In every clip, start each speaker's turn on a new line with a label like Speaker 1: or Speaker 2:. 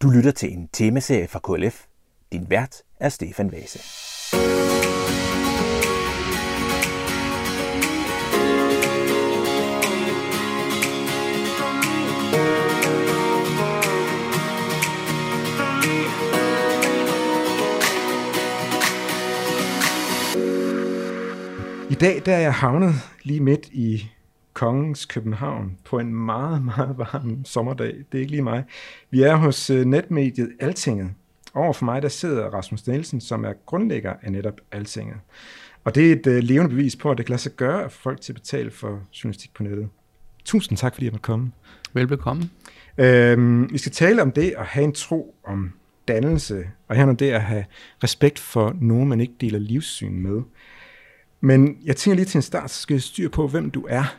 Speaker 1: Du lytter til en temaserie fra KLF. Din vært er Stefan Vase.
Speaker 2: I dag der er jeg havnet lige midt i Kongens København på en meget, meget varm sommerdag. Det er ikke lige mig. Vi er hos netmediet Altinget. Over for mig der sidder Rasmus Nielsen, som er grundlægger af netop Altinget. Og det er et levende bevis på, at det kan lade sig gøre at få folk til at betale for journalistik på nettet. Tusind tak, fordi jeg måtte komme.
Speaker 3: Velbekomme.
Speaker 2: Vi skal tale om det at have en tro om dannelse, og her om det at have respekt for nogen, man ikke deler livssyn med. Men jeg tænker lige til en start, så skal jeg styre på, hvem du er.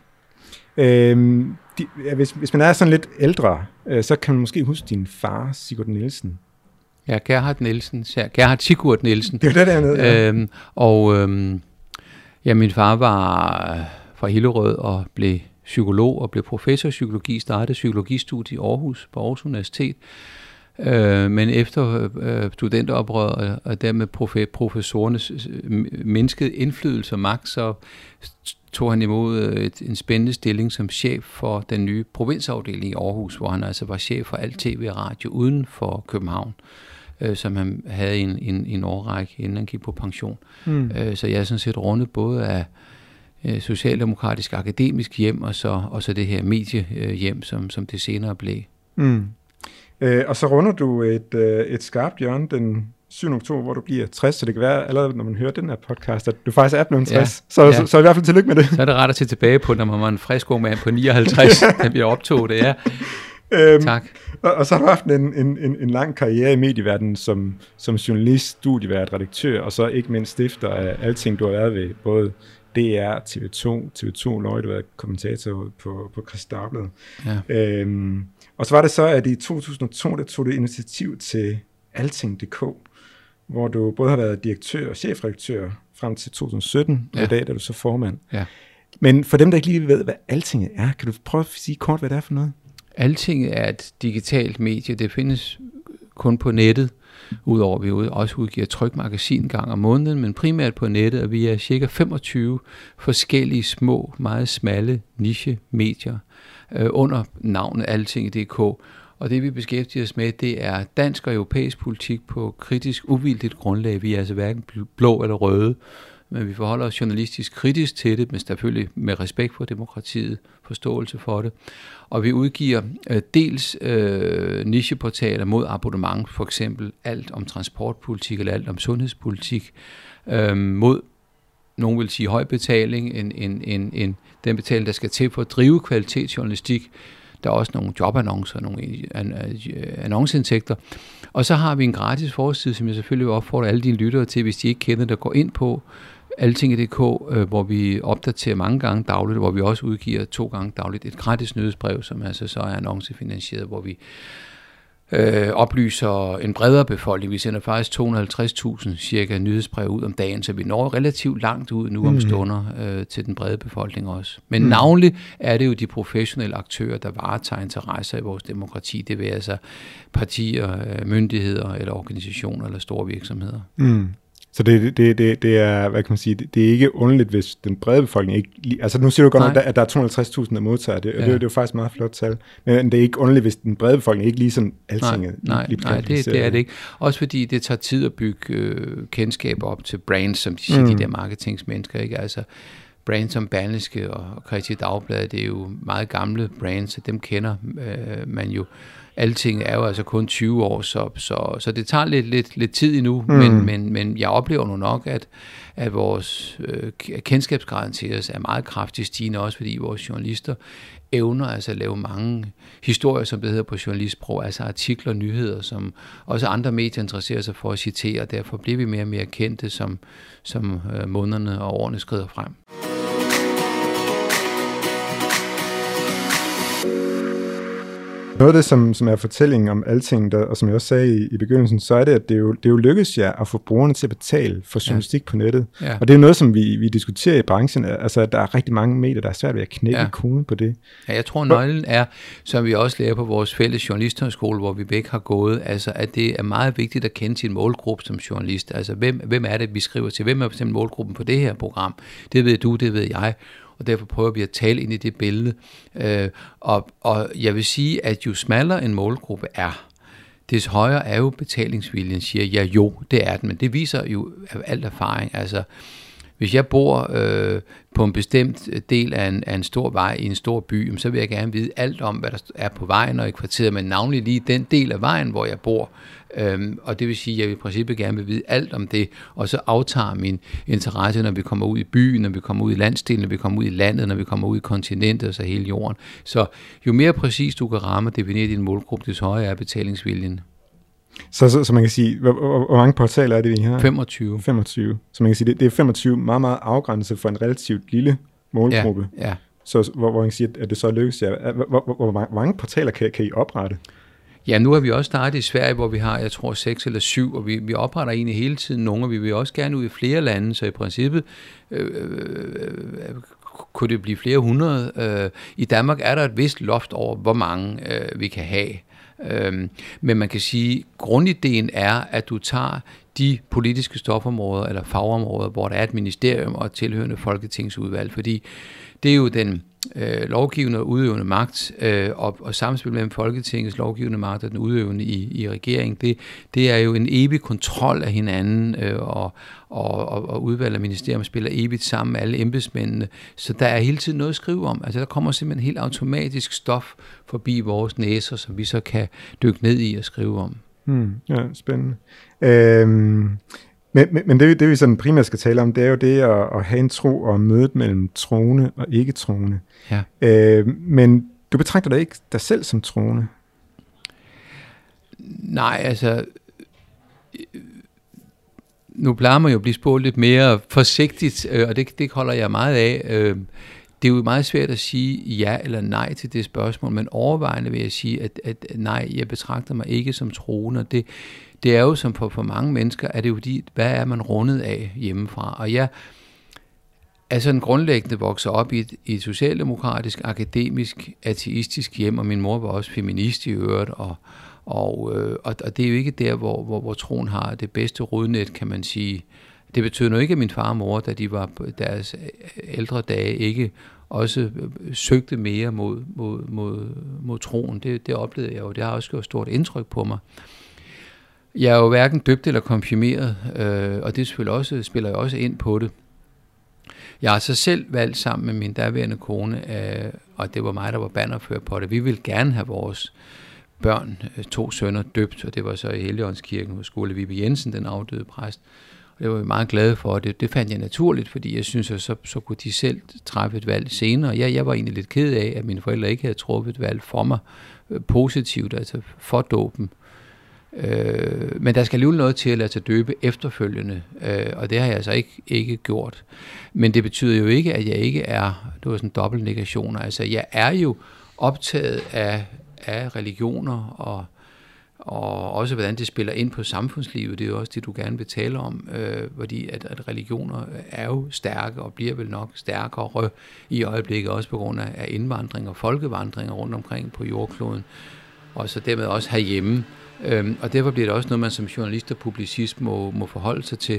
Speaker 2: Hvis man er sådan lidt ældre, så kan man måske huske din far, Sigurd Nielsen.
Speaker 3: Ja, Gerhard Sigurd Nielsen.
Speaker 2: Det er det dernede,
Speaker 3: ja. Min far var fra Hillerød og blev psykolog og blev professor i psykologi, startede psykologistudie i Aarhus på Aarhus Universitet. Men efter studenteroprøret og dermed professorernes mindskede indflydelse og magt, så tog han imod en spændende stilling som chef for den nye provinsafdeling i Aarhus, hvor han altså var chef for alt tv og radio uden for København, som han havde en årrække, inden han gik på pension. Så jeg er sådan set rundet både af socialdemokratisk akademisk hjem og så det her mediehjem, som det senere blev.
Speaker 2: Og så runder du et skarpt hjørne den 7. oktober, hvor du bliver 60, så det kan være allerede, når man hører den her podcast, at du faktisk er blevet 60. Ja, så i hvert fald tillykke med det.
Speaker 3: Så er det ret at se tilbage på, når man var en frisk ung mand på 59, da vi optog det, ja. Tak.
Speaker 2: Og så har du haft en lang karriere i medieverdenen som journalist, studievært, redaktør, og så ikke mindst stifter af alting, du har været ved, både DR, TV2 Løg, du har været kommentator på Kristeligt Dagblad. Ja. Og så var det så, at i 2002, der tog du initiativ til Alting.dk, hvor du både har været direktør og chefredaktør frem til 2017, og i dag er du så formand. Ja. Men for dem, der ikke lige ved, hvad Altinget er, kan du prøve at sige kort, hvad det er for noget?
Speaker 3: Altinget er et digitalt medie. Det findes kun på nettet, udover at vi også udgiver trykmagasin en gang om måneden, men primært på nettet, og vi er cirka 25 forskellige små, meget smalle niche-medier under navnet Altinget.dk. Og det vi beskæftiger os med, det er dansk og europæisk politik på kritisk, uvildigt grundlag. Vi er altså hverken blå eller røde, men vi forholder os journalistisk kritisk til det, men selvfølgelig med respekt for demokratiet, forståelse for det. Og vi udgiver dels nicheportaler mod abonnement, for eksempel alt om transportpolitik eller alt om sundhedspolitik, mod, nogen vil sige høj betaling, en den betaling, der skal til for at drive kvalitetsjournalistik. Der er også nogle jobannoncer, nogle annonceindtægter. Og så har vi en gratis forside, som jeg selvfølgelig vil opfordre alle dine lyttere til, hvis de ikke kender det, går ind på Altinget.dk, hvor vi opdaterer mange gange dagligt, hvor vi også udgiver 2 gange dagligt et gratis nyhedsbrev, som altså så er annoncefinansieret, hvor vi oplyser en bredere befolkning. Vi sender faktisk 250.000 cirka nyhedsbrev ud om dagen, så vi når relativt langt ud nu om stunder til den brede befolkning også. Men navnlig er det jo de professionelle aktører, der varetager interesser i vores demokrati. Det vil altså partier, myndigheder eller organisationer eller store virksomheder.
Speaker 2: Så det er, hvad kan man sige, det er ikke underligt, hvis den brede befolkning ikke, altså nu siger du godt nok, at der er 250.000, der modtager det, og det er jo faktisk meget flot tal, men det er ikke underligt, hvis den brede befolkning ikke ligesom Altinget.
Speaker 3: Nej, det er det ikke. Også fordi det tager tid at bygge kendskab op til brands, som de siger, de der marketingsmennesker, ikke? Altså brands som Berlingske og Kristeligt Dagblad, det er jo meget gamle brands, så dem kender man jo. Alting er jo altså kun 20 år, så det tager lidt tid endnu, men jeg oplever nu nok, at vores kendskabsgraden til os er meget kraftigt stigende, også fordi vores journalister evner altså at lave mange historier, som det hedder på journalistsprog, altså artikler og nyheder, som også andre medier interesserer sig for at citere, og derfor bliver vi mere og mere kendte, som månederne og årene skrider frem.
Speaker 2: Noget af det, som er fortællingen om alting, og som jeg også sagde i begyndelsen, så er det, at det er jo lykkes jer at få brugerne til at betale for journalistik på nettet. Ja. Og det er jo noget, som vi diskuterer i branchen, altså at der er rigtig mange medier, der er svært ved at knække koden på det. Ja,
Speaker 3: jeg tror, nøglen er, som vi også lærer på vores fælles journalisthøjskole, hvor vi begge har gået, altså at det er meget vigtigt at kende sin målgruppe som journalist. Altså hvem er det, vi skriver til? Hvem er for eksempel målgruppen på det her program? Det ved du, det ved jeg. Og derfor prøver vi at tale ind i det billede. Og jeg vil sige, at jo smallere en målgruppe er, des højere er jo betalingsviljen, siger jeg jo, det er den. Men det viser jo af al erfaring. Altså, hvis jeg bor på en bestemt del af en stor vej i en stor by, så vil jeg gerne vide alt om, hvad der er på vejen og i kvarteret, men navnlig lige den del af vejen, hvor jeg bor. Og det vil sige, at jeg i princippet gerne vil vide alt om det, og så aftager min interesse, når vi kommer ud i byen, når vi kommer ud i landsdelen, når vi kommer ud i landet, når vi kommer ud i kontinentet, og så hele jorden. Så jo mere præcis du kan ramme og definere din målgruppe, des højere er betalingsviljen.
Speaker 2: Så man kan sige, hvor mange portaler er det, vi har?
Speaker 3: 25.
Speaker 2: 25. Så man kan sige, det er 25 meget, meget afgrænset for en relativt lille målgruppe.
Speaker 3: Ja.
Speaker 2: Så hvor man kan sige, at det så lykkes jer. Hvor mange portaler kan I oprette?
Speaker 3: Ja, nu har vi også startet i Sverige, hvor vi har, jeg tror, 6 eller 7, og vi opretter egentlig hele tiden nogle, og vi vil også gerne ud i flere lande, så i princippet kunne det blive flere hundrede. I Danmark er der et vist loft over, hvor mange vi kan have. Men man kan sige, at grundideen er, at du tager de politiske stofområder eller fagområder, hvor der er et ministerium og et tilhørende folketingsudvalg, fordi det er jo den lovgivende og udøvende magt, og samspil mellem Folketingets lovgivende magt og den udøvende i regeringen, det er jo en evig kontrol af hinanden, og udvalg og ministerium spiller evigt sammen med alle embedsmændene, så der er hele tiden noget at skrive om. Altså der kommer simpelthen helt automatisk stof forbi vores næser, som vi så kan dykke ned i og skrive om.
Speaker 2: Ja, spændende. Men det vi sådan primært skal tale om, det er jo det at have en tro og mødet mellem troende og ikke troende.
Speaker 3: Ja.
Speaker 2: Men du betragter dig ikke dig selv som troende?
Speaker 3: Nej, altså nu plejer man jo at blive spurgt lidt mere forsigtigt, og det holder jeg meget af. Det er jo meget svært at sige ja eller nej til det spørgsmål, men overvejende vil jeg sige, at nej, jeg betragter mig ikke som troende. Det er jo som for mange mennesker, er det jo fordi, hvad er man rundet af hjemmefra? Og jeg er sådan grundlæggende vokset op i et socialdemokratisk, akademisk, ateistisk hjem, og min mor var også feminist i øvrigt, og det er jo ikke der, hvor troen har det bedste rodnet, kan man sige. Det betyder nu ikke, at min far og mor, da de var på deres ældre dage, ikke også søgte mere mod troen. Det oplevede jeg jo. Det har også gjort stort indtryk på mig. Jeg er jo hverken døbt eller konfirmeret, og det spiller jo også ind på det. Jeg har så selv valgt sammen med min daværende kone, og det var mig, der var bannerfører på det. Vi ville gerne have vores børn, 2 sønner, døbt, og det var så i Helligåndskirken hos Skole Vibe Jensen, den afdøde præst. Og det var jeg meget glad for, og det fandt jeg naturligt, fordi jeg synes, at så kunne de selv træffe et valg senere. Jeg var egentlig lidt ked af, at mine forældre ikke havde truffet et valg for mig positivt, altså for dåben. Men der skal alligevel noget til at lade sig døbe efterfølgende, og det har jeg altså ikke gjort. Men det betyder jo ikke, at jeg ikke er, det var sådan dobbelt negation, altså jeg er jo optaget af religioner, og også hvordan det spiller ind på samfundslivet. Det er jo også det, du gerne vil tale om, fordi at religioner er jo stærke, og bliver vel nok stærkere i øjeblikket, også på grund af indvandring og folkevandringer rundt omkring på jordkloden, og så dermed også herhjemme. Og derfor bliver det også noget, man som journalist og publicist må forholde sig til.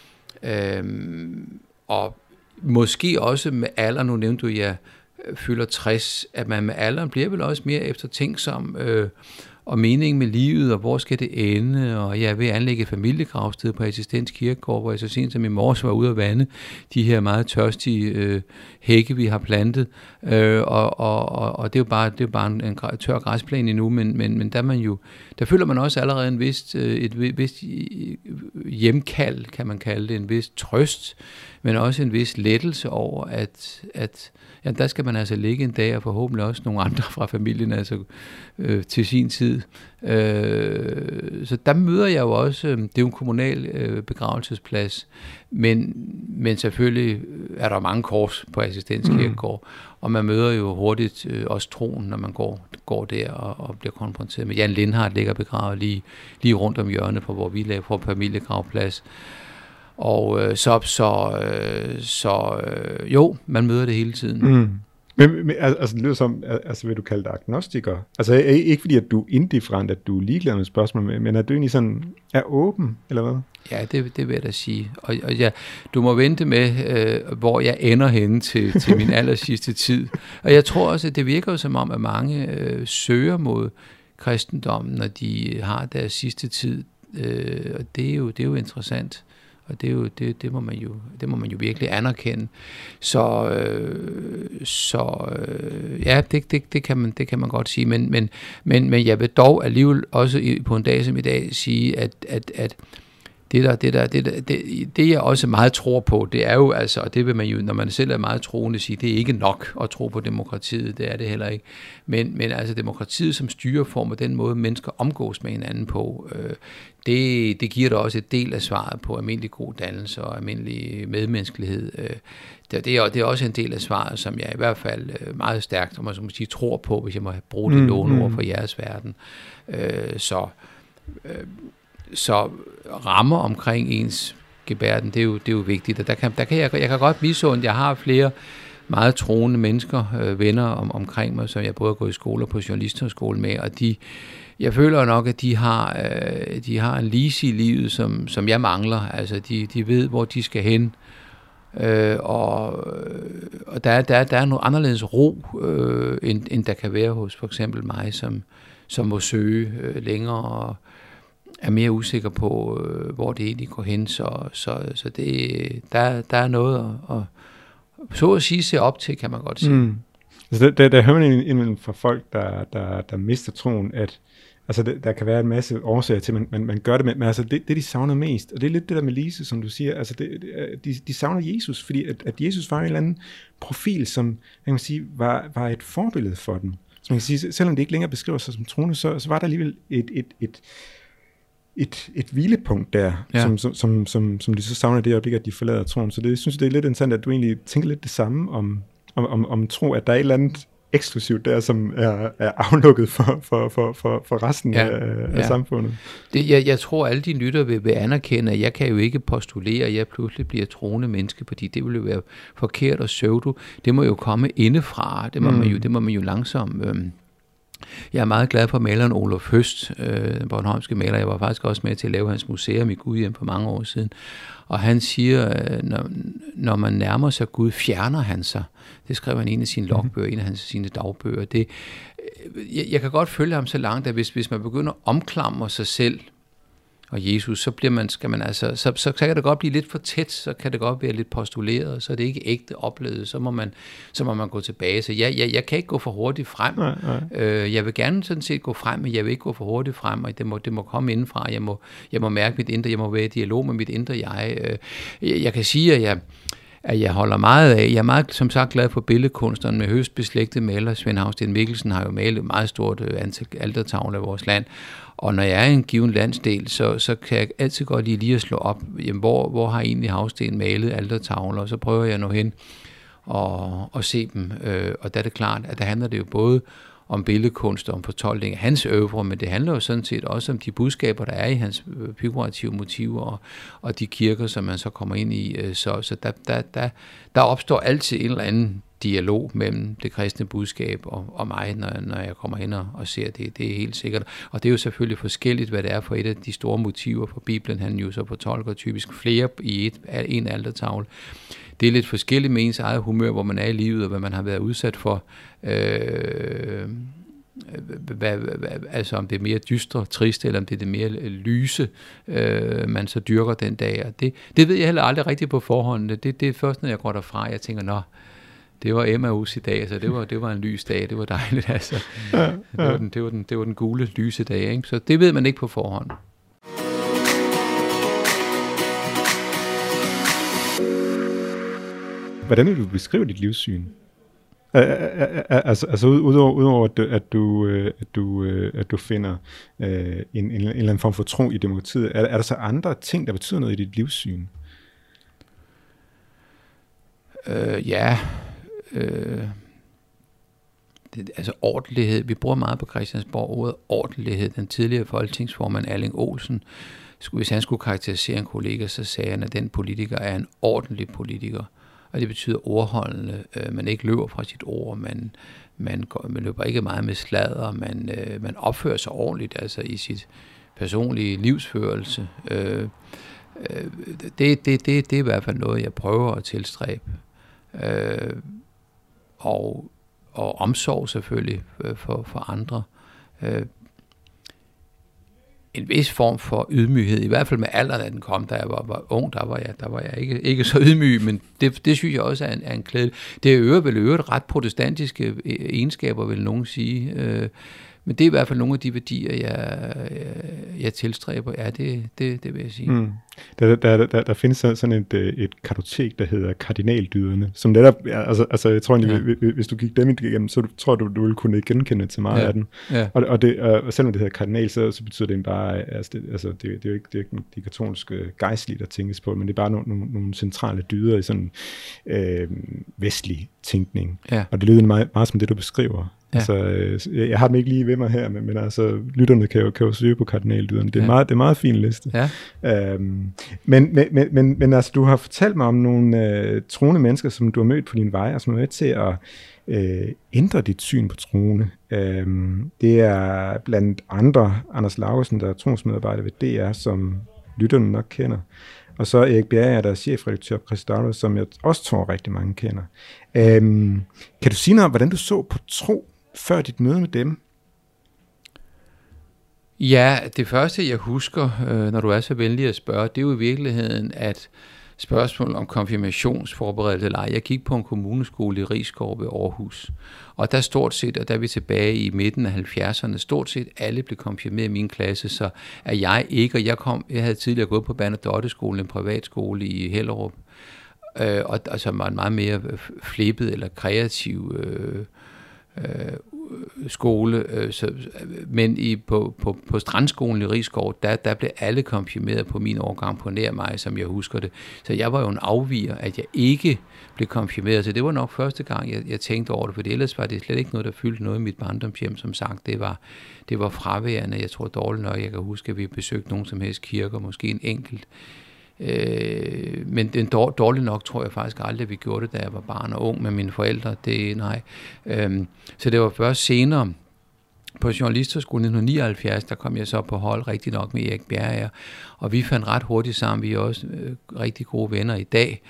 Speaker 3: Og måske også med alder, nu nævnte du, at jeg fylder 60, at man med alderen bliver vel også mere eftertænksom og mening med livet, og hvor skal det ende, og jeg er ved at anlægge et familiegravsted på Assistens Kirkegård, hvor jeg så sent som i morges var ude at vande de her meget tørstige hække, vi har plantet, og det er jo bare en tør græsplæne endnu, men der føler man også allerede et vist hjemkald, kan man kalde det, en vis trøst men også en vis lettelse over, at der skal man altså ligge en dag, og forhåbentlig også nogle andre fra familien, altså til sin tid. Så der møder jeg jo også, det er jo en kommunal begravelsesplads, men selvfølgelig er der mange kors på Assistens Kirkegård, og man møder jo hurtigt også troen, når man går der og bliver konfronteret med. Jan Lindhardt ligger begravet lige rundt om hjørnet, hvor vi laver på familiegravplads. Og jo, man møder det hele tiden.
Speaker 2: Men altså, det lyder som, altså vil du kalde dig agnostiker? Altså ikke fordi, at du er indifferent, at du er ligeglad med spørgsmål, men at du egentlig sådan er åben, eller hvad?
Speaker 3: Ja, det vil jeg da sige. Og ja, du må vente med, hvor jeg ender henne til min aller sidste tid. Og jeg tror også, at det virker jo som om, at mange søger mod kristendommen, når de har deres sidste tid. Og det er jo interessant. Og det må man jo virkelig anerkende. Så ja, det kan man godt sige. Men jeg vil dog alligevel også på en dag som i dag sige, at det jeg også meget tror på, det er jo altså, og det vil man jo, når man selv er meget troende, sige, det er ikke nok at tro på demokratiet, det er det heller ikke. Men altså demokratiet som styreform og den måde, mennesker omgås med hinanden på, det giver da også et del af svaret på almindelig god dannelse og almindelig medmenneskelighed. Det er også en del af svaret, som jeg i hvert fald meget stærkt, om man så må sige, tror på, hvis jeg må bruge det låneord for jeres verden. Så rammer omkring ens gebærden, det er jo vigtigt. Og jeg kan godt misunde, jeg har flere meget troende mennesker, venner omkring mig, som jeg både har gået i skole og på journalisterskole med, og jeg føler nok, at de har en lise i livet, som jeg mangler. Altså, de ved, hvor de skal hen, og der er noget anderledes ro, end der kan være hos for eksempel mig, som må søge længere og er mere usikker på, hvor det egentlig går hen. Så der er noget at så at sige se op til, kan man godt sige.
Speaker 2: Altså der hører man indimellem fra folk, der mister troen, at altså der kan være en masse årsager til, at man gør det, men altså det de savner mest, og det er lidt det der med Lise, som du siger, altså de savner Jesus, fordi at Jesus var en eller anden profil, som man kan sige, var et forbillede for dem. Så man kan sige, selvom det ikke længere beskriver sig som troende, så var der alligevel et hvilepunkt der, ja. som de så savner det øjeblik, at de forlader troen. Så det synes jeg, det er lidt interessant, at du egentlig tænker lidt det samme om tro, at der er et eller andet eksklusivt der, som er aflukket for resten af samfundet.
Speaker 3: Jeg tror, alle de lytter vil anerkende, at jeg kan jo ikke postulere, at jeg pludselig bliver troende menneske, fordi det ville jo være forkert og pseudo. Det må jo komme indefra. Det må man jo langsomt. Jeg er meget glad for maleren Olof Høst, den bornholmske maler. Jeg var faktisk også med til at lave hans museum i Gudhjem for mange år siden. Og han siger, når man nærmer sig Gud, fjerner han sig. Det skrev han i en af sine logbøger, en af sine dagbøger. Jeg kan godt følge ham så langt, at hvis man begynder at omklamre sig selv og Jesus, så kan det godt blive lidt for tæt, så kan det godt være lidt postuleret, så er det ikke ægte oplevet, så må man gå tilbage. Så jeg kan ikke gå for hurtigt frem. Nej. Jeg vil gerne sådan set gå frem, men jeg vil ikke gå for hurtigt frem, og det må komme indenfra. Jeg må mærke mit indre, jeg må være i dialog med mit indre jeg. Jeg kan sige, at jeg holder meget af. Jeg er meget, som sagt, glad for billedkunstneren med højst beslægtet maler. Svend Hausten Mikkelsen har jo malet et meget stort antal altertavler i vores land. Og når jeg er i en given landsdel, så kan jeg altid godt lige at slå op, jamen, hvor har egentlig Hausten malet altertavler, og så prøver jeg at nå hen og se dem. Og der er det klart, at der handler det jo både om billedkunst og om fortolkning af hans øvre, men det handler jo sådan set også om de budskaber, der er i hans figurative motiver og de kirker, som man så kommer ind i. Så der opstår altid en eller anden dialog mellem det kristne budskab og mig, når jeg kommer hen og ser det. Det er helt sikkert. Og det er jo selvfølgelig forskelligt, hvad det er for et af de store motiver for Bibelen. Han jo så fortolker typisk flere i en altertavle. Det er lidt forskelligt med ens eget humør, hvor man er i livet, og hvad man har været udsat for. Altså om det er mere dystre, triste, eller om det er det mere lyse, man så dyrker den dag. Og det ved jeg heller aldrig rigtigt på forhånd. Det er først, når jeg går derfra, jeg tænker, det var Emmaus i dag, så det var en lys dag, det var dejligt, altså. Det var den gule lyse dag, ikke? Så det ved man ikke på forhånd.
Speaker 2: Hvordan vil du beskrive dit livssyn? Altså udover at du finder en eller anden form for tro i demokratiet, er der så andre ting, der betyder noget i dit livssyn?
Speaker 3: Altså ordentlighed. Vi bruger meget på Christiansborg ordet ordentlighed. Den tidligere folketingsformand Erling Olsen, hvis han skulle karakterisere en kollega, så sagde han, at den politiker er en ordentlig politiker. Og det betyder ordholdende. Man ikke løber fra sit ord, man løber ikke meget med sladder, man opfører sig ordentligt, altså i sit personlige livsførelse. Det er i hvert fald noget, jeg prøver at tilstræbe. Og omsorg selvfølgelig for andre. En vis form for ydmyghed, i hvert fald med alderen, da den kom, da jeg var ung, der var jeg ikke så ydmyg, men det synes jeg også er en klæde. Det er vel ret protestantiske egenskaber, vil nogen sige, men det er i hvert fald nogle af de værdier, jeg tilstræber. Ja, det vil jeg sige.
Speaker 2: Der findes sådan et kartotek, der hedder kardinaldyderne, som netop, altså jeg tror egentlig, hvis du gik dem igennem, så tror du ville kunne genkende til meget af den. Ja. Og selvom det hedder kardinal, så betyder det bare, det er jo ikke de katolske gejstlige, der tænkes på, men det er bare nogle centrale dyder i sådan vestlig tænkning. Ja. Og det lyder meget som det, du beskriver. Ja. Altså, jeg har dem ikke lige ved mig her, men altså, lytterne kan jo søge på kardinaldyderne. Det er meget fin liste. Ja. Men altså, du har fortalt mig om nogle troende mennesker, som du har mødt på din vej, og som er med til at ændre dit syn på troende. Det er blandt andre Anders Laugesen, der er trosmedarbejder ved DR, som lytterne nok kender. Og så Erik Bjerre, der er chefredaktør på Christodoulos, som jeg også tror rigtig mange kender. Kan du sige noget om, hvordan du så på tro før dit møde med dem?
Speaker 3: Ja, det første jeg husker, når du er så venlig at spørge, det er jo i virkeligheden, at spørgsmål om konfirmationsforberedelse eller ej. Jeg gik på en kommuneskole i Risskov ved Aarhus, og der stort set, og der er vi tilbage i midten af 70'erne, stort set alle blev konfirmeret i min klasse, så er jeg ikke, og jeg havde tidligere gået på Bernadotte-skolen, en privatskole i Hellerup, og som var en meget mere flippet eller kreativ skole, men på Strandskolen i Risskov, der blev alle konfirmeret på min årgang på nær mig, som jeg husker det. Så jeg var jo en afviger, at jeg ikke blev konfirmeret. Så det var nok første gang, jeg tænkte over det, for ellers var det slet ikke noget, der fyldte noget i mit barndomshjem, som sagt. Det var fraværende. Jeg tror dårligt nok, jeg kan huske, at vi besøgte nogen som helst kirker, måske en enkelt. Men den dårligt nok tror jeg faktisk aldrig, at vi gjorde det, da jeg var barn og ung med mine forældre. Så det var først senere på Journalisterskolen 1979, der kom jeg så på hold rigtig nok med Erik Bjerre, og vi fandt ret hurtigt sammen. Vi er også rigtig gode venner i dag,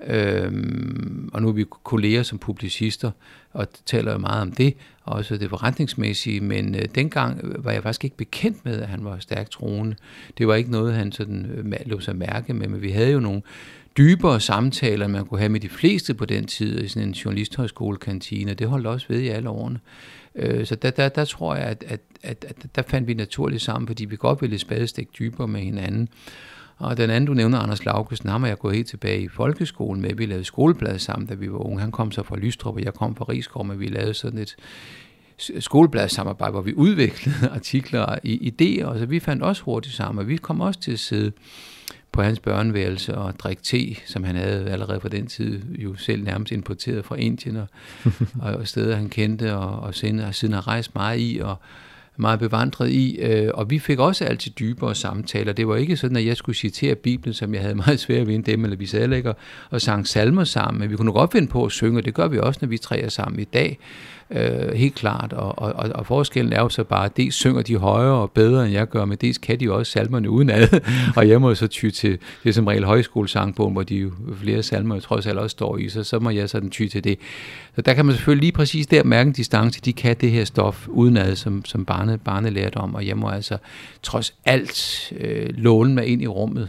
Speaker 3: og nu er vi kolleger som publicister, og taler jo meget om det, også det forretningsmæssige, men dengang var jeg faktisk ikke bekendt med, at han var stærkt troende. Det var ikke noget, han sådan lå sig mærke med, men vi havde jo nogle dybere samtaler, man kunne have med de fleste på den tid i sådan en journalisthøjskolekantine. Det holdt også ved i alle årene. Så der tror jeg, at der fandt vi naturligt sammen, fordi vi godt ville spadestik dybere med hinanden. Og den anden, du nævner, Anders Laugesen, ham har jeg gået helt tilbage i folkeskolen med. Vi lavede skoleblad sammen, da vi var unge. Han kom så fra Lystrup, og jeg kom fra Risskov, men vi lavede sådan et skolebladsamarbejde, hvor vi udviklede artikler og idéer, og så vi fandt også hurtigt sammen, og vi kom også til at sidde på hans børneværelse og drikke te, som han havde allerede på den tid jo selv nærmest importeret fra Indien, og steder han kendte, og siden har rejst meget i, og meget bevandret i, og vi fik også altid dybere samtaler. Det var ikke sådan, at jeg skulle citere Bibelen, som jeg havde meget svært ved dem, eller vi sad ikke og sang salmer sammen, men vi kunne godt finde på at synge, og det gør vi også, når vi tre er sammen i dag. Helt klart, og forskellen er jo så bare, at dels synger de højere og bedre, end jeg gør, men dels kan de jo også salmerne udenad, og jeg må så ty til det som regel højskolesangbogen, hvor de jo flere salmer trods alt også står i, så må jeg sådan ty til det. Så der kan man selvfølgelig lige præcis der mærke en distance, de kan det her stof udenad, som barnelært om, og jeg må altså trods alt låne mig ind i rummet,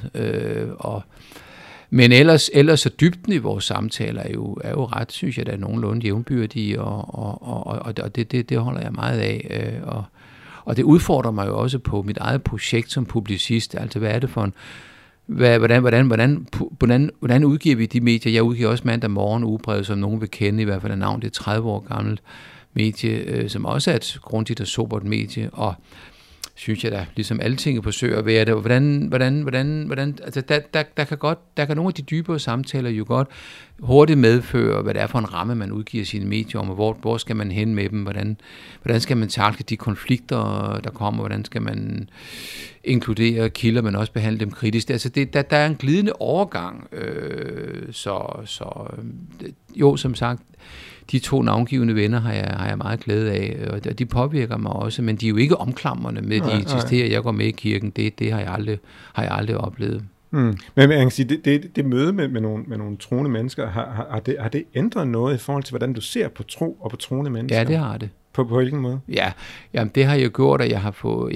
Speaker 3: men ellers så dybden i vores samtaler er jo ret, synes jeg, der er nogenlunde jævnbyrdige, og det holder jeg meget af. Og det udfordrer mig jo også på mit eget projekt som publicist. Altså, hvad er det for Hvordan udgiver vi de medier? Jeg udgiver også Mandag Morgen Ugebrevet, som nogen vil kende, i hvert fald af navn. Det er 30 år gammelt medie, som også er et grundigt og sobert medie, og synes jeg da, ligesom Altinget forsøger at være det. Hvordan altså der kan nogle af de dybere samtaler jo godt hurtigt medføre, hvad det er for en ramme, man udgiver sine medier om, og hvor skal man hen med dem, hvordan skal man tackle de konflikter, der kommer, hvordan skal man inkludere kilder, men også behandle dem kritisk. Altså der er en glidende overgang, jo, som sagt, de 2 navngivende venner har jeg meget glæde af, og de påvirker mig også, men de er jo ikke omklamrende med, de eksisterer. Jeg går med i kirken, det har jeg aldrig oplevet.
Speaker 2: Men man kan sige, det møde med nogle troende mennesker, har det ændret noget i forhold til, hvordan du ser på tro og på troende mennesker?
Speaker 3: Ja, det har det.
Speaker 2: På hvilken måde?
Speaker 3: Ja, jamen det har jeg gjort, og jeg har fået,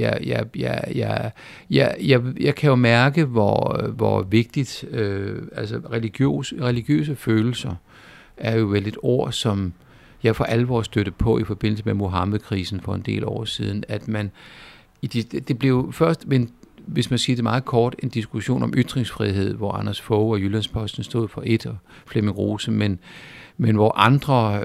Speaker 3: jeg kan jo mærke, hvor vigtigt, altså religiøse følelser er jo vel et ord, som jeg for alvor støtte på i forbindelse med Mohammed-krisen for en del år siden, at man, det blev først, men hvis man siger det meget kort, en diskussion om ytringsfrihed, hvor Anders Fogh og Jyllandsposten stod for et, og Flemming Rose, men hvor andre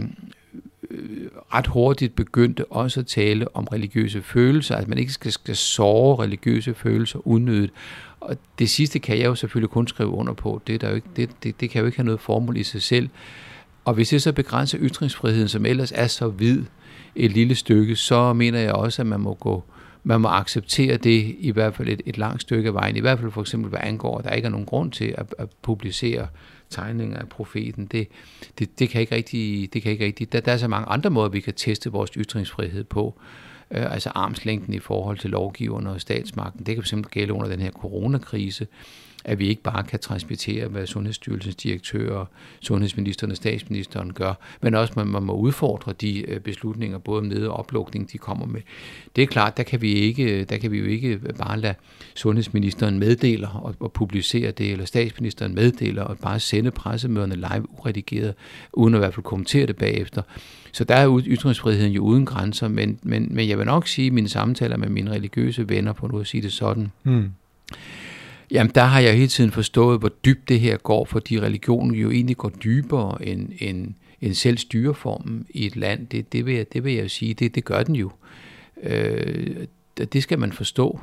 Speaker 3: ret hurtigt begyndte også at tale om religiøse følelser, at man ikke skal såre religiøse følelser unødigt. Og det sidste kan jeg jo selvfølgelig kun skrive under på. Det kan jo ikke have noget formål i sig selv. Og hvis det så begrænser ytringsfriheden, som ellers er så vid et lille stykke, så mener jeg også, at man må acceptere det i hvert fald et langt stykke af vejen. I hvert fald for eksempel, hvad angår, at der ikke er nogen grund til at publicere tegninger af profeten. Det kan ikke rigtig. Der er så mange andre måder, vi kan teste vores ytringsfrihed på. Altså armslængden i forhold til lovgiverne og statsmagten. Det kan fx gælde under den her coronakrise, at vi ikke bare kan transmittere, hvad Sundhedsstyrelsens direktør, sundhedsministeren og statsministeren gør, men også man må udfordre de beslutninger, både om ned- og oplukning, de kommer med. Det er klart, der kan vi jo ikke bare lade sundhedsministeren meddele og publicere det, eller statsministeren meddele og bare sende pressemøderne live uredigeret, uden at i hvert fald kommentere det bagefter. Så der er ytringsfriheden jo uden grænser, men jeg vil nok sige, at mine samtaler med mine religiøse venner, på nu at sige det sådan, jamen der har jeg hele tiden forstået, hvor dybt det her går, fordi religionen jo egentlig går dybere end selv styreformen i et land. Det vil jeg jo sige, det gør den jo. Det skal man forstå,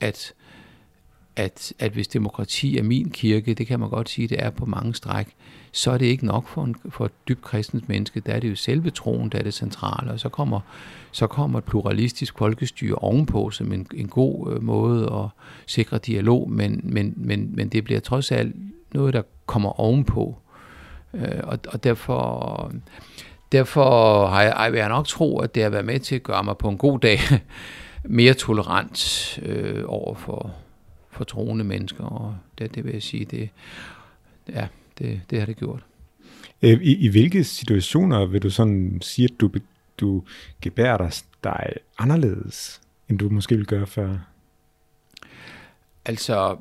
Speaker 3: at hvis demokrati er min kirke, det kan man godt sige, det er på mange stræk, så er det ikke nok for et dybt kristent menneske. Der er det jo selve troen, der er det centrale, og så kommer et pluralistisk folkestyre ovenpå som en god måde at sikre dialog, men det bliver trods alt noget, der kommer ovenpå. Og derfor vil jeg nok tro, at det har været med til at gøre mig på en god dag mere tolerant over for troende mennesker, og det vil jeg sige, det har det gjort.
Speaker 2: I hvilke situationer vil du sådan sige, at du gebærer dig anderledes, end du måske ville gøre før?
Speaker 3: Altså,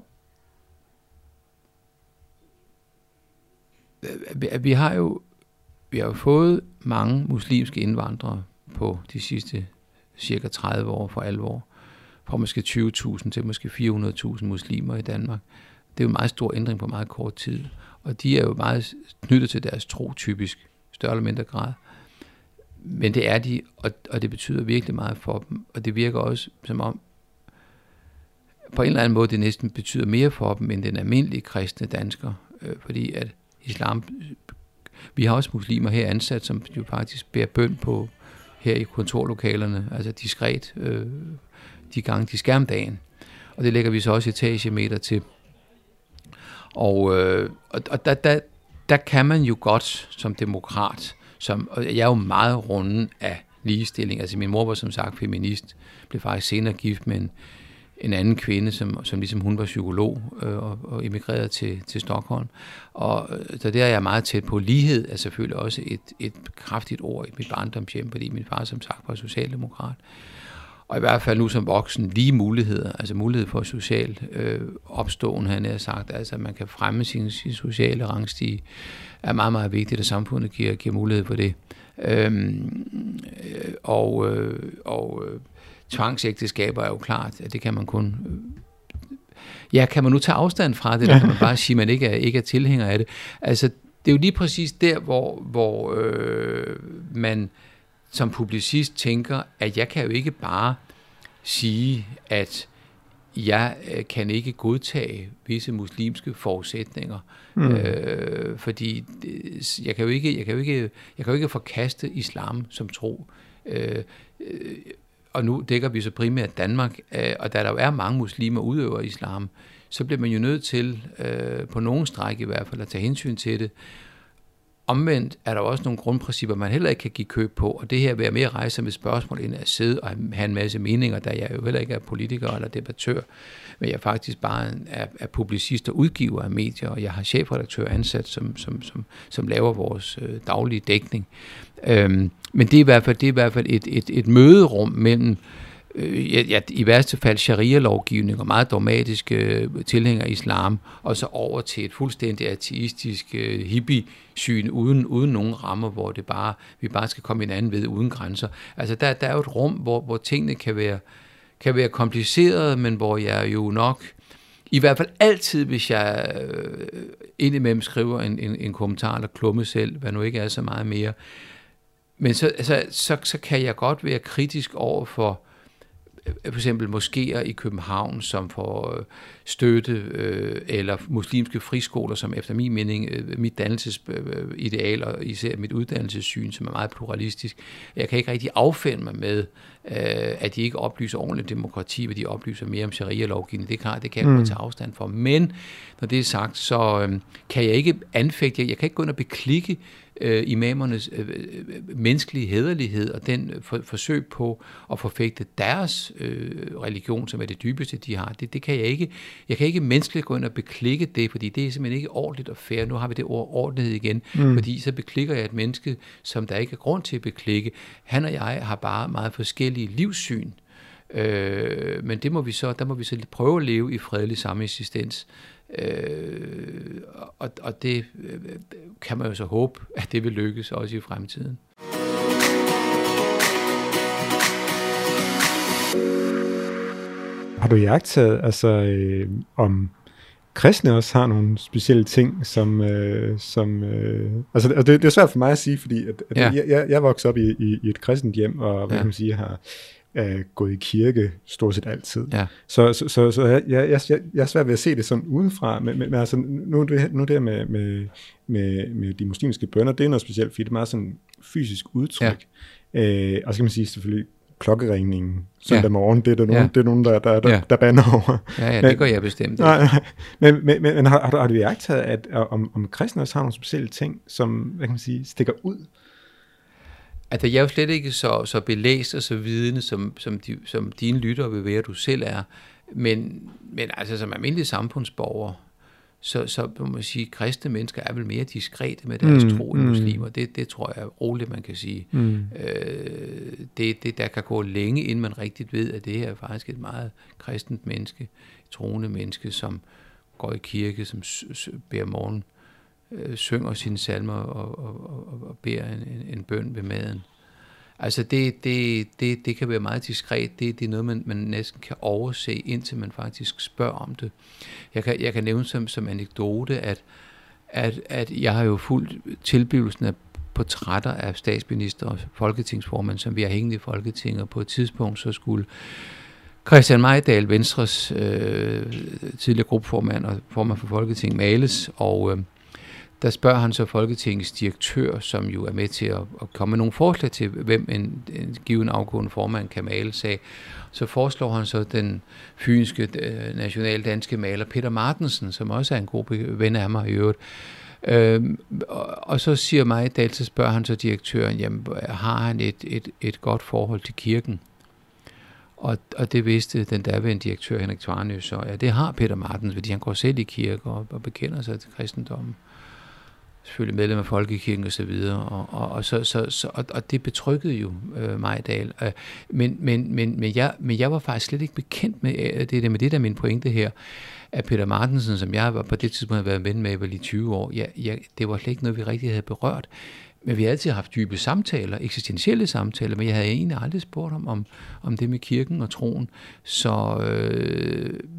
Speaker 3: vi har jo fået mange muslimske indvandrere på de sidste cirka 30 år for alvor. Fra måske 20.000 til måske 400.000 muslimer i Danmark. Det er jo en meget stor ændring på meget kort tid. Og de er jo meget knyttet til deres tro, typisk, større eller mindre grad. Men det er de, og det betyder virkelig meget for dem. Og det virker også som om, på en eller anden måde, det næsten betyder mere for dem, end den almindelige kristne dansker. Fordi at islam, vi har også muslimer her ansat, som jo faktisk bærer bøn på her i kontorlokalerne, altså diskret, de gange de skal om dagen. Og det lægger vi så også etagemeter til. Og der kan man jo godt som demokrat, og jeg er jo meget runden af ligestilling. Altså min mor var som sagt feminist, blev faktisk senere gift med en anden kvinde, som ligesom hun var psykolog og emigrerede til Stockholm. Og så der er jeg meget tæt på. Lighed er selvfølgelig også et kraftigt ord i mit barndomshjem, fordi min far som sagt var socialdemokrat. Og i hvert fald nu som voksen, lige muligheder, altså mulighed for social opståen, han har sagt, altså at man kan fremme sin sociale rangstige, er meget, meget vigtigt, at samfundet giver mulighed for det. Tvangsægteskaber er jo klart, at det kan man kun Ja, kan man nu tage afstand fra det, eller kan man bare sige, at man ikke er tilhænger af det? Altså, det er jo lige præcis der, hvor man som publicist tænker, at jeg kan jo ikke bare sige, at jeg kan ikke godtage visse muslimske forudsætninger, fordi jeg kan jo ikke forkaste islam som tro. Og nu dækker vi så primært Danmark, og da der jo er mange muslimer udøver islam, så bliver man jo nødt til, på nogen stræk i hvert fald, at tage hensyn til det. Omvendt er der også nogle grundprincipper, man heller ikke kan give køb på, og det her vil jeg mere rejse med spørgsmål, end at sidde og have en masse meninger, da jeg jo heller ikke er politiker eller debattør, men jeg faktisk bare er publicist og udgiver af medier, og jeg har chefredaktør ansat, som laver vores daglige dækning. Men det er i hvert fald et møderum mellem i værste fald sharia-lovgivning og meget dogmatiske tilhængere af islam, og så over til et fuldstændig ateistisk hippie-syn uden nogen rammer, hvor vi bare skal komme hinanden ved uden grænser. Altså der er jo et rum, hvor tingene kan være komplicerede, men hvor jeg jo nok, i hvert fald altid, hvis jeg indimellem skriver en kommentar eller klumme selv, hvad nu ikke er så meget mere, men så kan jeg godt være kritisk over for eksempel moskéer i København, som får støtte, eller muslimske friskoler, som efter min mening, mit dannelsesideal og især mit uddannelsessyn, som er meget pluralistisk. Jeg kan ikke rigtig affinde mig med, at de ikke oplyser ordentligt demokrati, hvad de oplyser mere om sharia-lovgivning. Det kan jeg godt tage afstand for. Men når det er sagt, så kan jeg ikke anfægte, jeg kan ikke gå ind og beklikke imamernes menneskelige hæderlighed og den forsøg på at forfægte deres religion, som er det dybeste, de har. Det kan jeg ikke. Jeg kan ikke menneskeligt gå ind og beklikke det, fordi det er simpelthen ikke ordentligt og fair. Nu har vi det ord ordentlighed igen, fordi så beklikker jeg et menneske, som der ikke er grund til at beklikke. Han og jeg har bare meget forskellige livssyn, men der må vi så prøve at leve i fredelig sameksistens. Og det kan man jo så håbe, at det vil lykkes også i fremtiden.
Speaker 2: Har du iagttaget, om kristne også har nogle specielle ting, som det er svært for mig at sige, fordi jeg voksede op i et kristent hjem, og hvad kan man sige, har gået i kirke stort set altid. Ja. Så jeg er svært ved at se det sådan udefra, men altså, nu det med de muslimske bønner, det er noget specielt, fordi det er meget sådan fysisk udtryk. Ja. Og så kan man sige selvfølgelig, klokkeringningen søndag morgen, det er nogen, der bander over.
Speaker 3: Ja, det gør jeg bestemt.
Speaker 2: Men har du iagttaget, at om kristne også har nogle specielle ting, som, hvad kan man sige, stikker ud?
Speaker 3: Altså, jeg er jo slet ikke så belæst og så vidende, som dine lyttere vil være, du selv er. Men altså, som almindelig samfundsborger, så må man sige, at kristne mennesker er vel mere diskrete med deres tro end muslimer. Det tror jeg roligt, man kan sige. Der kan gå længe, inden man rigtigt ved, at det her er faktisk et meget kristent menneske, et troende menneske, som går i kirke, som beder morgen, synger sine salmer og beder en bøn ved maden. Altså det kan være meget diskret. Det er noget, man næsten kan overse, indtil man faktisk spørger om det. Jeg kan nævne som anekdote, at jeg har jo fulgt tilblivelsen af portrætter af statsminister og folketingsformand, som vi har hængende i Folketinget, og på et tidspunkt så skulle Christian Mejdal, Venstres tidligere gruppeformand og formand for Folketinget, males, og der spørger han så Folketingets direktør, som jo er med til at komme med nogle forslag til, hvem en given afgående formand kan male sig. Så foreslår han så den fynske nationaldanske maler Peter Martensen, som også er en god ven af mig i øvrigt. Og så siger Mejdal, så spørger han så direktøren, jamen, har han et godt forhold til kirken? Og det vidste den daværende direktør Henrik Tvarnø så, ja, det har Peter Martensen, fordi han går selv i kirke og bekender sig til kristendommen. Selvfølgelig medlem af Folkekirken og så videre, og det betrykkede jo Mejdal. Men jeg var faktisk slet ikke bekendt med det der min pointe her, at Peter Martensen, som jeg var på det tidspunkt havde været ven med, var lige 20 år, det var slet ikke noget, vi rigtig havde berørt. Men vi har altid haft dybe samtaler, eksistentielle samtaler, men jeg havde egentlig aldrig spurgt om det med kirken og troen. Så,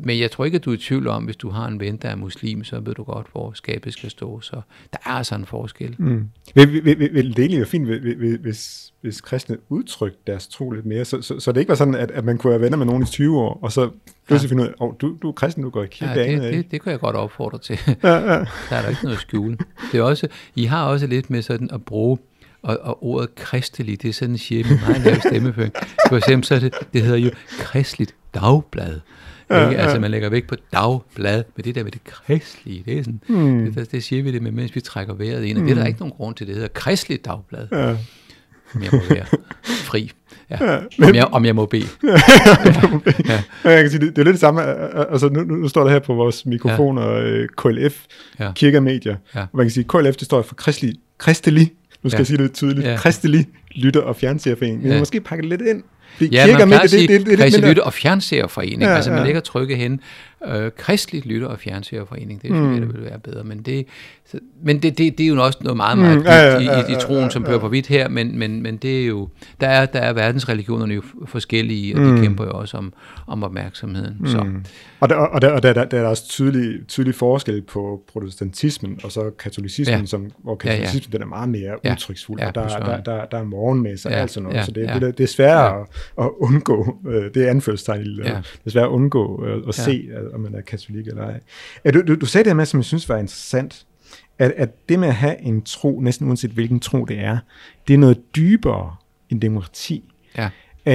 Speaker 3: Men jeg tror ikke, at du er i tvivl om, hvis du har en ven, der er muslim, så ved du godt, hvor skabet skal stå. Så der er altså en forskel.
Speaker 2: Vil det egentlig være fint, hvis kristne udtrykte deres tro lidt mere, så det ikke var sådan, at man kunne være venner med nogen i 20 år, og så pludselig finde ud af, du er kristen, du går i kirke.
Speaker 3: Det kan jeg godt opfordre til. Der er der ikke noget at skjule. Det er også, I har også lidt med sådan at bruge, og ordet kristelig, det er sådan, siger med meget lav stemmeføring. For eksempel, så det hedder jo kristeligt dagblad. Altså man lægger vægt på dagblad, men det der med det kristelige, det er sådan, det siger vi det med, mens vi trækker vejret ind, og det er der ikke nogen grund til, det hedder kristeligt dagblad. Om jeg må være fri. Om jeg må bede.
Speaker 2: Jeg kan sige, det er lidt det samme. Altså, nu står der her på vores mikrofoner KLF, Kirke og Medier. Og man kan sige, KLF, det står for kristelig, nu skal jeg sige det tydeligt, kristelig lytter- og fjernseerforening. Men måske pakke det lidt ind.
Speaker 3: Man plejer at sige kristelig lytter- og fjernseerforening. Altså man lægger trykket hen. Kristeligt lytter- og fjernseerforening. Det synes jeg, det vil være bedre. Men det er jo også noget meget dybt i troen, som kører på vidt her. Men det er jo, der er verdensreligionerne jo forskellige, og de kæmper jo også om opmærksomheden. Så.
Speaker 2: Og der er også tydelig forskel på protestantismen og så katolicismen, hvor katolicismen den er meget mere udtryksfuld, og der er morgenmesser og alt sådan noget. Så det er sværere at undgå, det er anførselstegn, det er svært at undgå at se, om man er katolik eller ej. Du sagde det med, som jeg synes var interessant, at det med at have en tro, næsten uanset hvilken tro det er noget dybere end demokrati. Ja.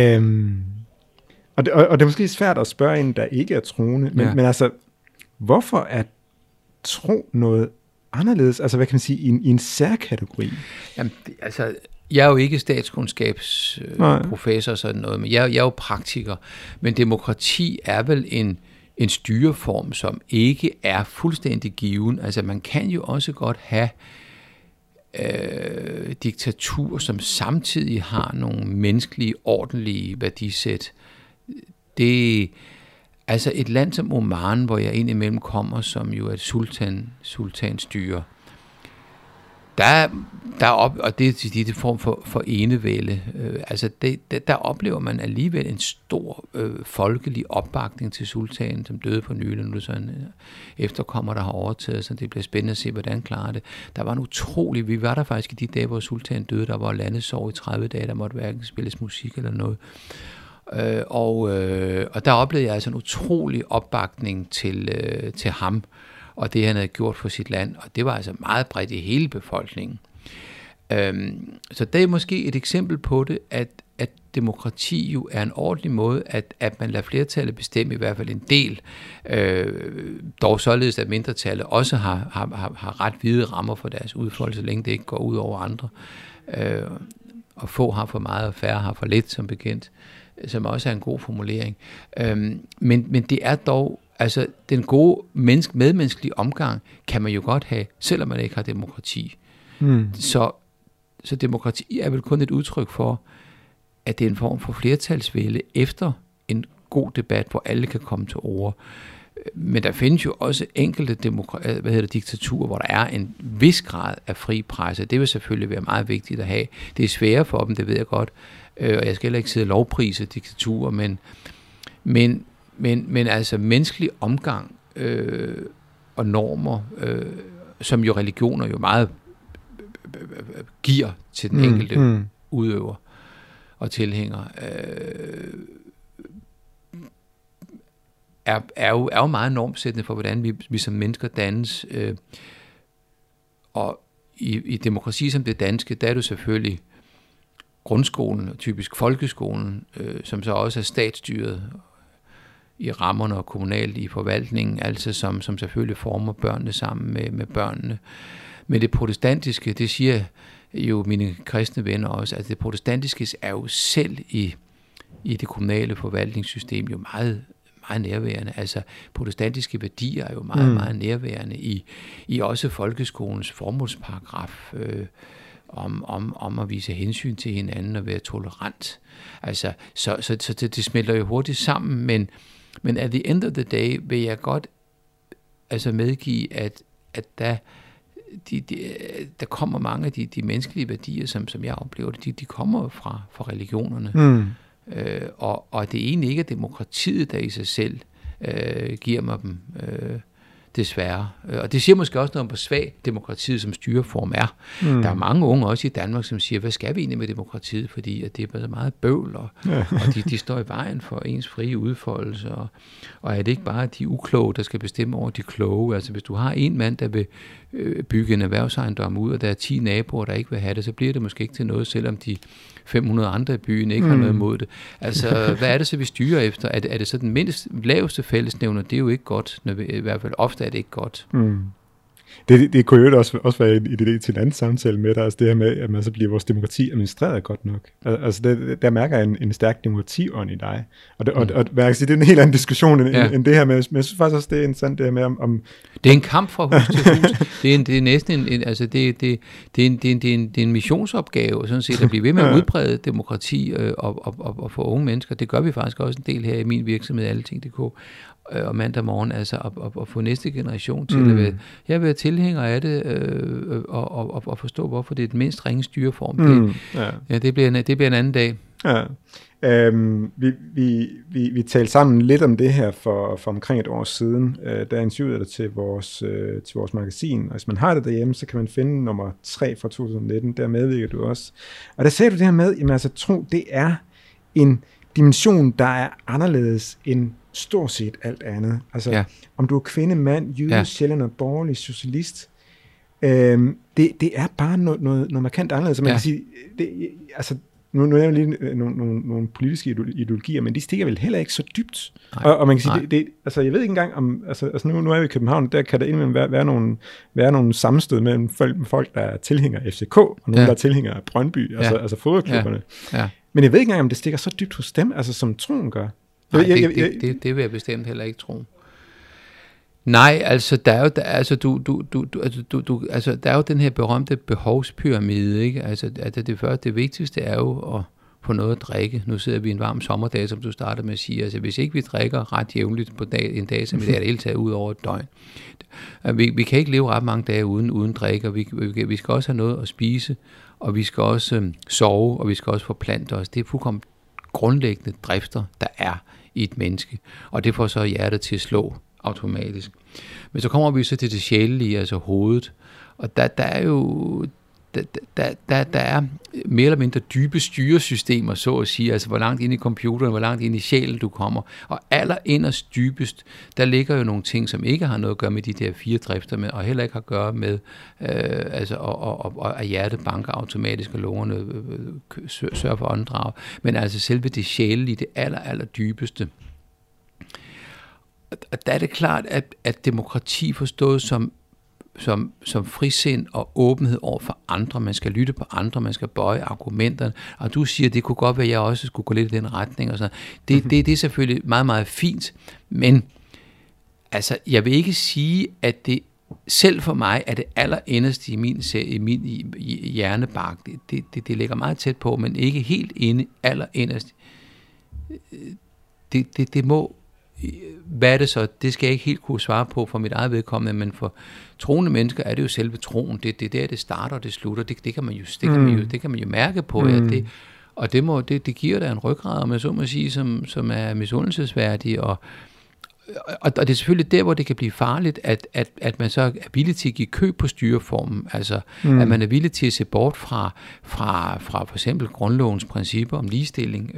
Speaker 2: Og det er måske svært at spørge en, der ikke er troende, men altså, hvorfor er tro noget anderledes? Altså, hvad kan man sige, i en særkategori?
Speaker 3: Jamen, altså, jeg er jo ikke statskundskabsprofessor og sådan noget, men jeg er jo praktiker. Men demokrati er vel en styreform, som ikke er fuldstændig given. Altså, man kan jo også godt have diktatur, som samtidig har nogle menneskelige, ordentlige værdisæt. Det altså et land som Oman, hvor jeg indimellem kommer, som jo er et sultanstyre, og det er en form for enevælde. Der oplever man alligevel en stor folkelig opbakning til sultanen, som døde for nylig. Nu så en efterkommer, der har overtaget, så det bliver spændende at se, hvordan klarer det. Der var en utrolig, vi var der faktisk i de dage, hvor sultanen døde, der var landesorg i 30 dage, der måtte hverken spilles musik eller noget. Og der oplevede jeg altså en utrolig opbakning til ham, og det han havde gjort for sit land, og det var altså meget bredt i hele befolkningen. Så det er måske et eksempel på det, at demokrati jo er en ordentlig måde, at man lader flertallet bestemme i hvert fald en del, dog således at mindretallet også har ret vide rammer for deres udfoldelse, så længe det ikke går ud over andre. Og få har for meget, og færre har for lidt, som bekendt, som også er en god formulering. Men det er dog, altså den gode medmenneskelige omgang kan man jo godt have, selvom man ikke har demokrati. Så demokrati er vel kun et udtryk for, at det er en form for flertalsvælde efter en god debat, hvor alle kan komme til ord. Men der findes jo også enkelte diktaturer, hvor der er en vis grad af fri presse. Det vil selvfølgelig være meget vigtigt at have. Det er sværere for dem, det ved jeg godt. Og jeg skal heller ikke sidde og lovprise diktaturer, men altså menneskelig omgang og normer, som jo religioner jo meget giver til den enkelte udøver og tilhænger, er jo meget normsættende for, hvordan vi som mennesker dannes. Og i demokrati som det danske, der er det selvfølgelig grundskolen, typisk folkeskolen, som så også er statsstyret i rammerne og kommunalt i forvaltningen, altså som selvfølgelig former børnene sammen med børnene. Men det protestantiske, det siger jo mine kristne venner også, at det protestantiske er jo selv i det kommunale forvaltningssystem jo meget, meget nærværende. Altså protestantiske værdier er jo meget, meget nærværende i også folkeskolens formålsparagraf, om at vise hensyn til hinanden og være tolerant. Altså, så det smelter jo hurtigt sammen, men at the end of the day vil jeg godt altså medgive, at der kommer mange af de menneskelige værdier, som jeg oplever det, de kommer fra religionerne. Og det er egentlig ikke demokratiet, der i sig selv giver mig dem, desværre. Og det siger måske også noget om, hvor svag demokratiet som styreform er. Der er mange unge også i Danmark, som siger, hvad skal vi egentlig med demokratiet, fordi at det er så meget bøvl, og de står i vejen for ens frie udfoldelse, og er det ikke bare de ukloge, der skal bestemme over de kloge? Altså hvis du har en mand, der vil bygge en erhvervsejendom ud, og der er 10 naboer, der ikke vil have det, så bliver det måske ikke til noget, selvom de 500 andre i byen ikke har noget imod det. Altså, hvad er det så, vi styrer efter? Er det så den mindst laveste fællesnævner? Det er jo ikke godt, i hvert fald ofte er det ikke godt.
Speaker 2: Det kunne jo også være en idé til en anden samtale med dig, altså det her med, at man så bliver vores demokrati administreret godt nok. Altså der mærker jeg en stærk demokratiånd i dig. Og man kan sige, det er en helt anden diskussion end det her med, men jeg synes faktisk også, det er interessant det her med om
Speaker 3: det er en kamp fra hus til hus. Det er næsten det er en missionsopgave, sådan set, at blive ved med at udbrede demokrati og for unge mennesker. Det gør vi faktisk også en del her i min virksomhed, Alting.dk. Og mandag morgen, altså at få næste generation til at være, jeg vil være tilhænger af det, og forstå, hvorfor det er den mindst ringe styreform. Det bliver en anden dag. Ja.
Speaker 2: Vi talte sammen lidt om det her for omkring et år siden, da interviewede dig til vores magasin, og hvis man har det derhjemme, så kan man finde nummer 3 fra 2019, der medvirker du også. Og der sagde du det her med, jamen altså tro, det er en dimension, der er anderledes end stort set alt andet. Altså, om du er kvinde, mand, jøde, sjældent og borgerlig, socialist, det er bare noget markant anderledes. Så man kan sige, altså, nu er jeg lige nogle politiske ideologier, men de stikker vel heller ikke så dybt. Og man kan sige, altså jeg ved ikke engang om, altså nu er vi i København, der kan der indimellem være nogle sammenstød mellem folk, der er tilhængere af FCK, og nogle, der er tilhængere af Brøndby, altså fodboldklubberne. Men jeg ved ikke engang, om det stikker så dybt hos dem, altså som troen gør.
Speaker 3: Nej, det vil jeg bestemt heller ikke tro. Nej, altså der er jo der er jo den her berømte behovspyramide, ikke? Altså det vigtigste er jo at få noget at drikke. Nu sidder vi i en varm sommerdag, som du startede med at sige. Altså hvis ikke vi drikker ret jævnligt på en dag, som det er det hele taget ud over et døgn. Vi kan ikke leve ret mange dage uden drikke, og vi skal også have noget at spise, og vi skal også sove, og vi skal også forplante os. Det er fuldkommen grundlæggende drifter, der er i et menneske, og det får så hjertet til at slå automatisk. Men så kommer vi så til det sjælelige, altså hovedet, og der er jo der er mere eller mindre dybe styresystemer, så at sige, altså hvor langt ind i computeren, hvor langt ind i sjælen du kommer, og allerinderst dybest, der ligger jo nogle ting, som ikke har noget at gøre med de der 4 drifter, men, og heller ikke har at gøre med at hjertet banker automatisk, og lungerne sørger for åndedrag, men altså selve det sjælelige, det aller dybeste. Og der er det klart, at demokrati forstået som frisind og åbenhed over for andre. Man skal lytte på andre, man skal bøje argumenterne, og du siger, det kunne godt være, at jeg også skulle gå lidt i den retning, og sådan. Det er selvfølgelig meget, meget fint, men altså, jeg vil ikke sige, at det selv for mig er det allerinderste i min hjernebark. Det ligger meget tæt på, men ikke helt inde, allerinderst. Det må. Hvad er det så? Det skal jeg ikke helt kunne svare på for mit eget vedkommende, men for troende mennesker er det jo selve troen. Det er der, det starter og det slutter. Det kan man jo mærke på. Og det giver da en ryggrad, om jeg så må sige, som er misundelsesværdig, og det er selvfølgelig der, hvor det kan blive farligt, at man så er villig til at give køb på styreformen, altså at man er villig til at se bort fra for eksempel grundlovens principper om ligestilling,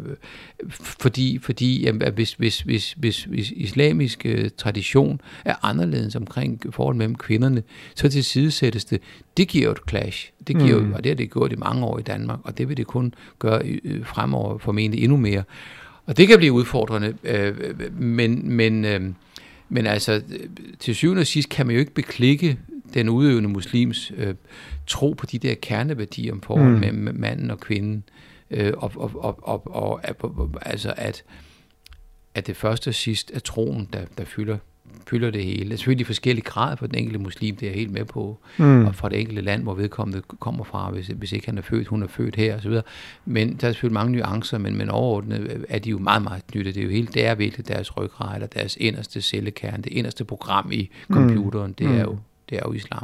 Speaker 3: fordi hvis islamisk tradition er anderledes omkring forholdet mellem kvinderne, så tilsidesættes det. Det giver jo et clash. Det giver jo, og det har det gjort i mange år i Danmark, og det vil det kun gøre fremover formentlig endnu mere. Og det kan blive udfordrende, men altså til syvende og sidst kan man jo ikke beklikke den udøvende muslims tro på de der kerneværdier om forhold mellem manden og kvinden, altså at det første og sidst er troen, der fylder det hele. Det er selvfølgelig forskellige grader for den enkelte muslim, det er jeg helt med på, og fra det enkelte land, hvor vedkommende kommer fra, hvis ikke hun er født her osv. Men der er selvfølgelig mange nuancer, men overordnet er de jo meget, meget knyttet. Det er virkelig deres ryggrad, eller deres inderste cellekerne, det inderste program i computeren, det er jo islam.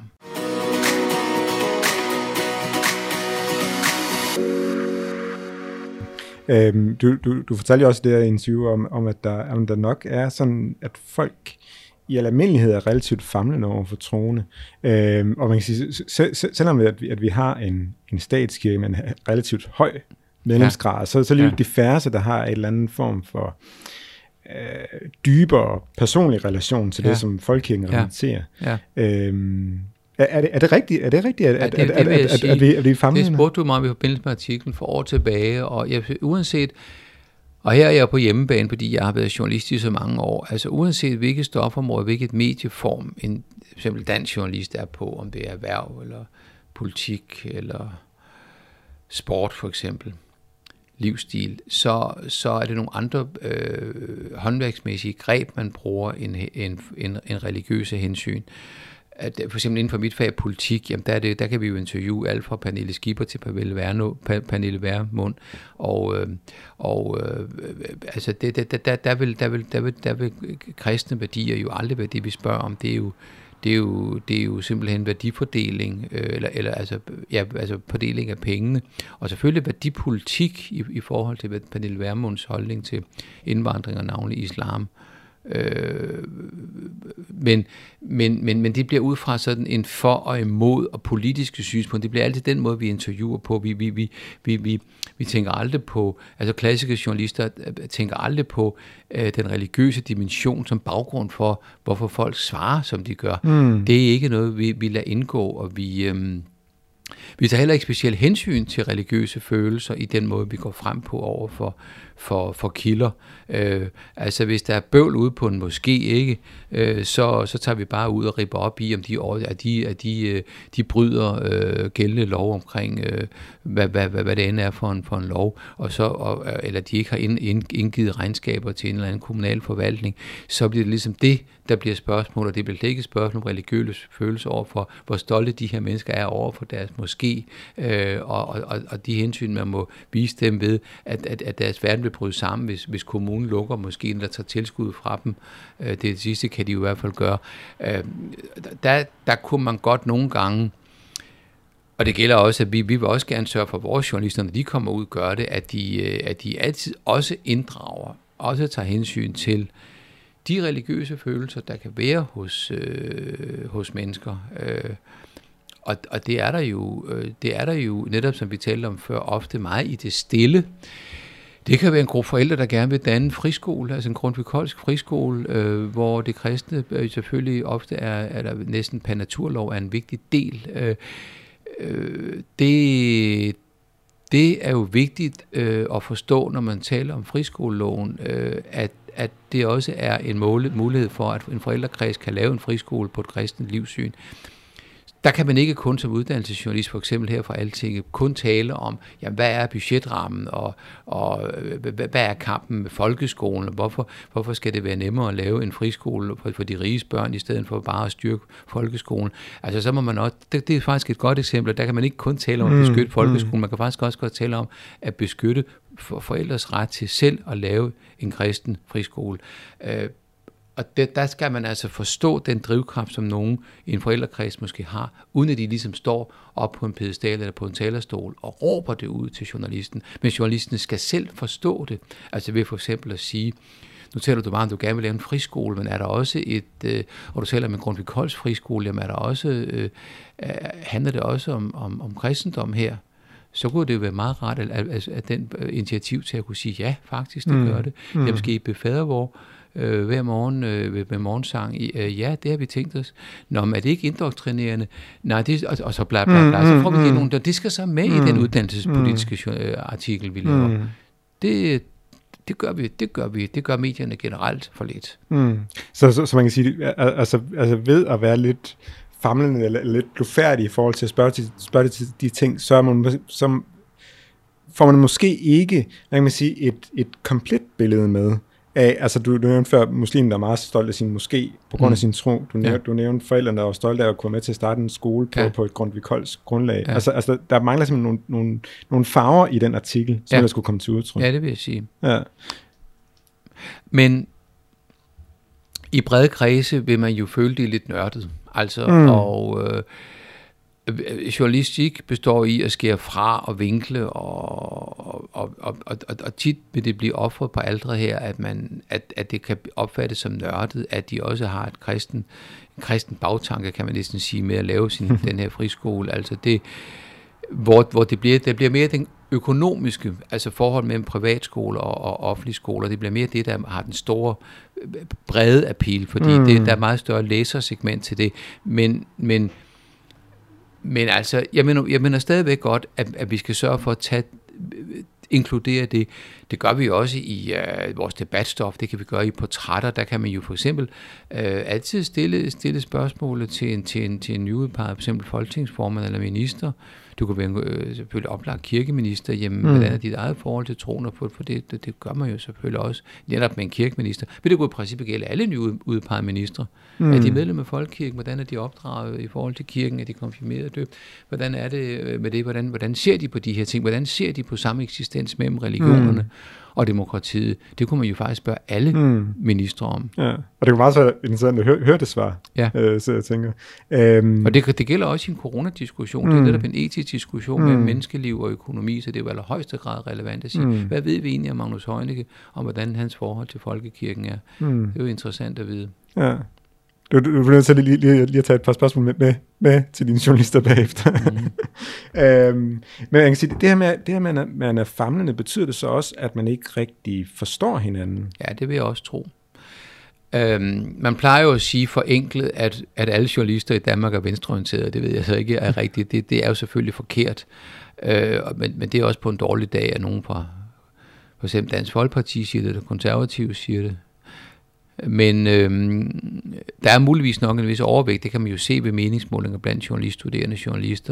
Speaker 2: Du fortalte jo også det her interview om at der nok er sådan, at folk i almindelighed er relativt famlende over for troende. Og man kan sige, selvom at vi har en statskirke med en relativt høj medlemsgrad, så er det de færreste, der har en eller anden form for dybere personlig relation til det, som folkekirken repræsenterer. Er det rigtigt? Er det rigtigt, at vi er famlende?
Speaker 3: Det spurgte du mig i forbindelse med artiklen for år tilbage, og uanset, og her er jeg på hjemmebane, fordi jeg har været journalist i så mange år, altså uanset hvilket stofområde, hvilket medieform en for eksempel dansk journalist er på, om det er erhverv, eller politik, eller sport for eksempel, livsstil, så er det nogle andre håndværksmæssige greb, man bruger en religiøse hensyn. At for eksempel inden for mit fag politik, jamen der kan vi jo interviewe alt fra Pernille Skipper til Pernille Vermund, og altså der vil kristne værdier jo aldrig være det, vi spørger om. Det er jo simpelthen værdifordeling, altså fordeling af pengene, og selvfølgelig værdipolitik i forhold til Pernille Vermunds holdning til indvandring og navnlig islam. Men det bliver ud fra sådan en for og imod og politiske synspunkt. Det bliver altid den måde, vi interviewer på. Vi tænker aldrig på, altså klassiske journalister tænker aldrig på den religiøse dimension som baggrund for, hvorfor folk svarer, som de gør. Det er ikke noget, vi lader indgå, og vi tager heller ikke specielt hensyn til religiøse følelser i den måde, vi går frem på over for kilder. Altså hvis der er bøvl ude på en moské, ikke, så tager vi bare ud og ripper op i, om de bryder gældende lov omkring, hvad det end er for en lov, eller de ikke har indgivet regnskaber til en eller anden kommunal forvaltning, så bliver det ligesom det, der bliver spørgsmål, og det bliver ikke et spørgsmål om religiøse følelser over for, hvor stolte de her mennesker er over for deres moské, og de hensyn, man må vise dem ved, at deres verden vil bryde sammen, hvis kommunen lukker moskeen, eller tager tilskud fra dem. Det sidste kan de jo i hvert fald gøre. Der kunne man godt nogle gange, og det gælder også, at vi vil også gerne sørge for vores journalister, når de kommer ud, gør det, at de altid også inddrager, også tager hensyn til de religiøse følelser, der kan være hos mennesker. Og det er der jo netop, som vi talte om før, ofte meget i det stille. Det kan være en gruppe forældre, der gerne vil danne en friskole, altså en grundtvigolsk friskole, hvor det kristne selvfølgelig ofte er der næsten per naturlov er en vigtig del. Det er jo vigtigt at forstå, når man taler om friskoleloven, at det også er en mulighed for, at en forældrekreds kan lave en friskole på et kristent livssyn. Der kan man ikke kun som uddannelsesjournalist, for eksempel her fra Altinget, kun tale om, jamen, hvad er budgetrammen, og hvad er kampen med folkeskolen, og hvorfor skal det være nemmere at lave en friskole for de riges børn, i stedet for bare at styrke folkeskolen. Altså så må man også, det er faktisk et godt eksempel, der kan man ikke kun tale om at beskytte folkeskolen, man kan faktisk også godt tale om at beskytte forældres ret til selv at lave en kristen friskole. Og der skal man altså forstå den drivkraft, som nogen i en forældrekreds måske har, uden at de ligesom står op på en pedestal eller på en talerstol og råber det ud til journalisten. Men journalisten skal selv forstå det. Altså ved for eksempel at sige, nu taler du bare om, du gerne vil lave en friskole, men er der også og du taler om en grundtvigolsk friskole, jamen er der også, handler det også om kristendom her? Så kunne det jo være meget rart, at den initiativ til at kunne sige, ja, faktisk, det gør det. Jeg måske i Befadervor, hver morgen med morgensang. Ja, det har vi tænkt os. Nå, men er det ikke indoktrinerende? Nej, og så bla bla bla. Så får vi nogle, det skal så med i den uddannelsespolitiske artikel, vi laver. Det gør medierne generelt for lidt.
Speaker 2: Så man kan sige, altså ved at være lidt famlende eller lidt blufærdig i forhold til at spørge til de ting, så får man måske ikke, hvad kan man sige, et komplet billede med af, altså du nævnte før muslimen, der er meget stolt af sin moské på grund af sin tro. Du nævnte forældrene, der var stolte af at komme med til at starte en skole på et grundtvigolsk grundlag. Ja. Altså der mangler simpelthen nogle farver i den artikel, som der skulle komme til udtryk.
Speaker 3: Ja, det vil jeg sige.
Speaker 2: Ja.
Speaker 3: Men i brede kredse vil man jo føle, det er lidt nørdet. Altså, journalistik består i at skære fra og vinkle, og tit vil det blive offret på aldret her, at det kan opfattes som nørdet, at de også har et kristen bagtanke, kan man næsten sige, med at lave den her friskole. Altså det, hvor det bliver mere den økonomiske, altså forhold mellem privatskoler og offentlige skoler, det bliver mere det, der har den store, brede appeal, fordi der er meget større læsersegment til det, men altså, jeg mener stadigvæk godt, at vi skal sørge for at inkludere det. Det gør vi jo også i vores debatstof, det kan vi gøre i portrætter, der kan man jo for eksempel altid stille spørgsmål til en nyudpeget, for eksempel folketingsformand eller minister. Du kan være selvfølgelig oplagt kirkeminister, hvordan er dit eget forhold til troen, og for det gør man jo selvfølgelig også, netop med en kirkeminister. Men det kunne i princippet gælde alle nyudpegede ministre. Er de medlem af folkekirken? Hvordan er de opdraget i forhold til kirken? Er de konfirmeret døbt? Hvordan er det med det? Hvordan ser de på de her ting? Hvordan ser de på samme eksistens mellem religionerne og demokratiet? Det kunne man jo faktisk spørge alle ministre om.
Speaker 2: Ja. Og det kunne meget være interessant at høre det svar, så jeg tænker.
Speaker 3: Og det gælder også i en coronadiskussion. Det er netop en etisk diskussion mellem menneskeliv og økonomi, så det er jo allerhøjeste grad relevant at sige, hvad ved vi egentlig om Magnus Heunicke, om hvordan hans forhold til folkekirken er? Det er jo interessant at vide.
Speaker 2: Ja. Du bliver nødt til lige at tage et par spørgsmål med til dine journalister bagefter. Men jeg kan sige, det her med, at man er famlende, betyder det så også, at man ikke rigtig forstår hinanden?
Speaker 3: Ja, det vil jeg også tro. Man plejer jo at sige forenklet, at alle journalister i Danmark er venstreorienterede. Det ved jeg så ikke er rigtigt. Det er jo selvfølgelig forkert. Men det er også på en dårlig dag, at nogen fra for eksempel Dansk Folkeparti siger det, eller Konservative siger det. Men der er muligvis nok en vis overvægt, det kan man jo se ved meningsmålinger blandt journaliststuderende journalister.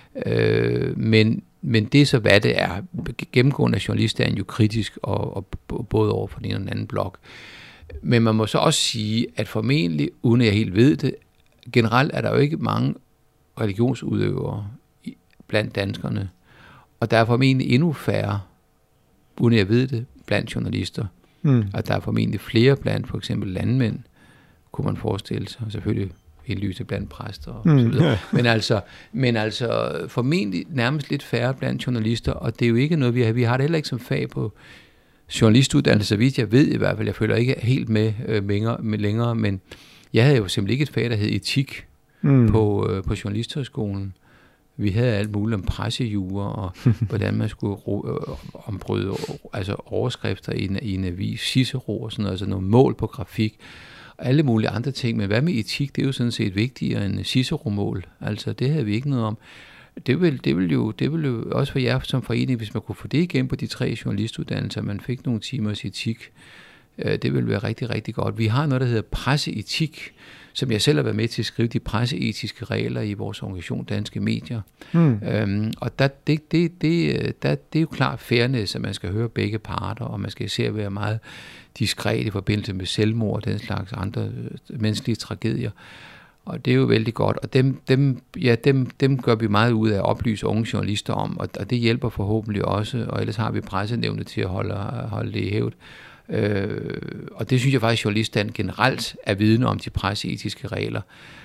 Speaker 3: Men det er så, hvad det er. Gennemgående af journalister er jo kritisk, og både over for den ene og den anden blok. Men man må så også sige, at formentlig, uden at jeg helt ved det, generelt er der jo ikke mange religionsudøvere blandt danskerne. Og der er formentlig endnu færre, uden at jeg ved det, blandt journalister. Og der er formentlig flere blandt for eksempel landmænd, kunne man forestille sig, og selvfølgelig indlyse blandt præster og så videre. Men altså formentlig nærmest lidt færre blandt journalister, og det er jo ikke noget, vi har det heller ikke som fag på journalistuddannelse, så vidt jeg ved i hvert fald. Jeg føler ikke helt med længere, men jeg havde jo simpelthen ikke et fag, der hed etik på journalisthøjskolen. Vi havde alt muligt om pressejure, og hvordan man skulle ombryde altså overskrifter i en avis, Cicero og sådan noget, altså nogle mål på grafik, og alle mulige andre ting. Men hvad med etik, det er jo sådan set vigtigere end Cicero-mål. Altså, det havde vi ikke noget om. Det vil jo også for jer som forening, hvis man kunne få det igen på de 3 journalistuddannelser, man fik nogle timers etik. Det vil være rigtig, rigtig godt. Vi har noget, der hedder presseetik, som jeg selv har været med til at skrive de presseetiske regler i vores organisation Danske Medier. Og det er jo klart fairness, at man skal høre begge parter, og man skal især være meget diskret i forbindelse med selvmord og den slags andre menneskelige tragedier. Og det er jo vældig godt, og dem gør vi meget ud af at oplyse unge journalister om, og det hjælper forhåbentlig også, og ellers har vi pressenævnet til at holde det i hævd. Og det synes jeg faktisk, at journalisterne generelt er vidne om de presseetiske regler.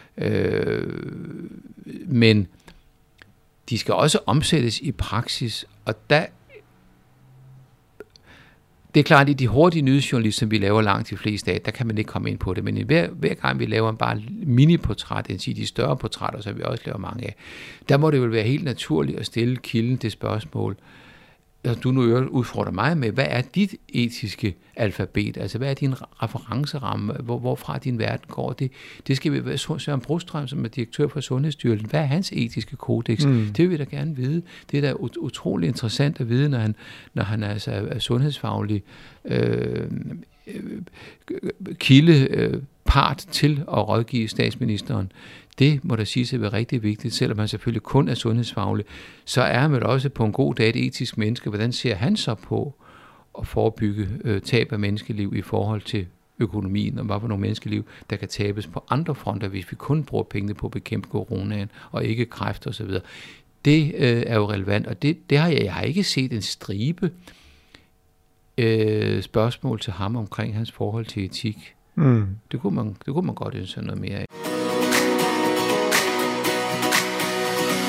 Speaker 3: Men de skal også omsættes i praksis, og det er klart, at i de hurtige nyhedsjournalister, som vi laver langt de fleste af, der kan man ikke komme ind på det, men hver gang vi laver bare mini-portræt, end de større portrætter, som vi også laver mange af, der må det jo være helt naturligt at stille kilden det spørgsmål, du nu udfordrer mig med, hvad er dit etiske alfabet? Altså, hvad er din referenceramme? Hvorfra din verden går? Det skal vi være. Søren Brostrøm, som er direktør for Sundhedsstyrelsen, hvad er hans etiske kodex? Det vil vi da gerne vide. Det er da utrolig interessant at vide, når han altså er sundhedsfaglig kilde part til at rådgive statsministeren. Det må da siges at være rigtig vigtigt, selvom han selvfølgelig kun er sundhedsfaglig. Så er han vel også på en god dag et etisk menneske. Hvordan ser han så på at forebygge tab af menneskeliv i forhold til økonomien, og hvad for nogle menneskeliv, der kan tabes på andre fronter, hvis vi kun bruger pengene på at bekæmpe coronaen, og ikke kræft og så videre. Det er jo relevant, og det har jeg har ikke set en stribe spørgsmål til ham omkring hans forhold til etik. Det kunne man godt ønske noget mere af.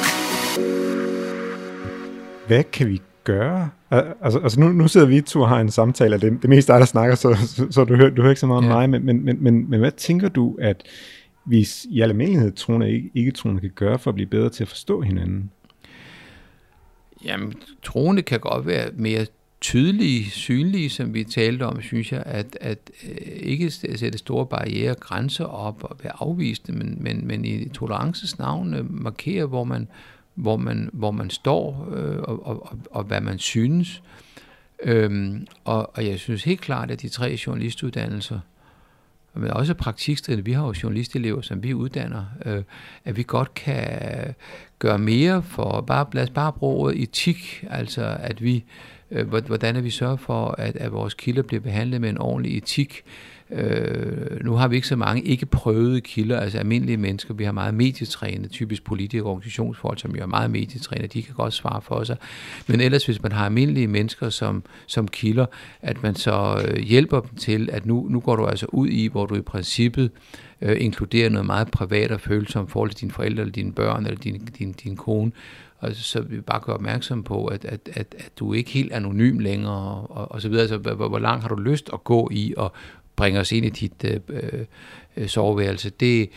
Speaker 2: Hvad kan vi gøre? Altså nu sidder vi to og har en samtale, og det mest dig, der snakker, så du hører ikke så meget om mig, men hvad tænker du, at vi i al almindelighed troende og ikke-troende kan gøre for at blive bedre til at forstå hinanden?
Speaker 3: Jamen, troende kan godt være mere tydelige, synlige, som vi talte om, synes jeg, at ikke sætte store barrierer, grænser op og være afviste, men i tolerancens navn markere, hvor man står og hvad man synes. Og jeg synes helt klart, at de 3 journalistuddannelser, men også praktikstridende, vi har jo journalistelever, som vi uddanner, at vi godt kan gøre mere for, lad os bare bruge ordet etik, altså at vi, hvordan vi sørger for, at vores kilder bliver behandlet med en ordentlig etik. Nu har vi ikke så mange ikke prøvede kilder, altså almindelige mennesker. Vi har meget medietrænede, typisk politikere og organisationsfolk, som jo er meget medietrænede, de kan godt svare for sig. Men ellers, hvis man har almindelige mennesker som kilder, at man så hjælper dem til, at nu går du altså ud i, hvor du i princippet inkluderer noget meget privat og følsomt forhold til dine forældre, eller dine børn, eller din kone. Og så vi bare gøre opmærksom på, at du er ikke helt anonym længere, og så videre. Altså, hvor langt har du lyst at gå i, og bringe os ind i dit soveværelse.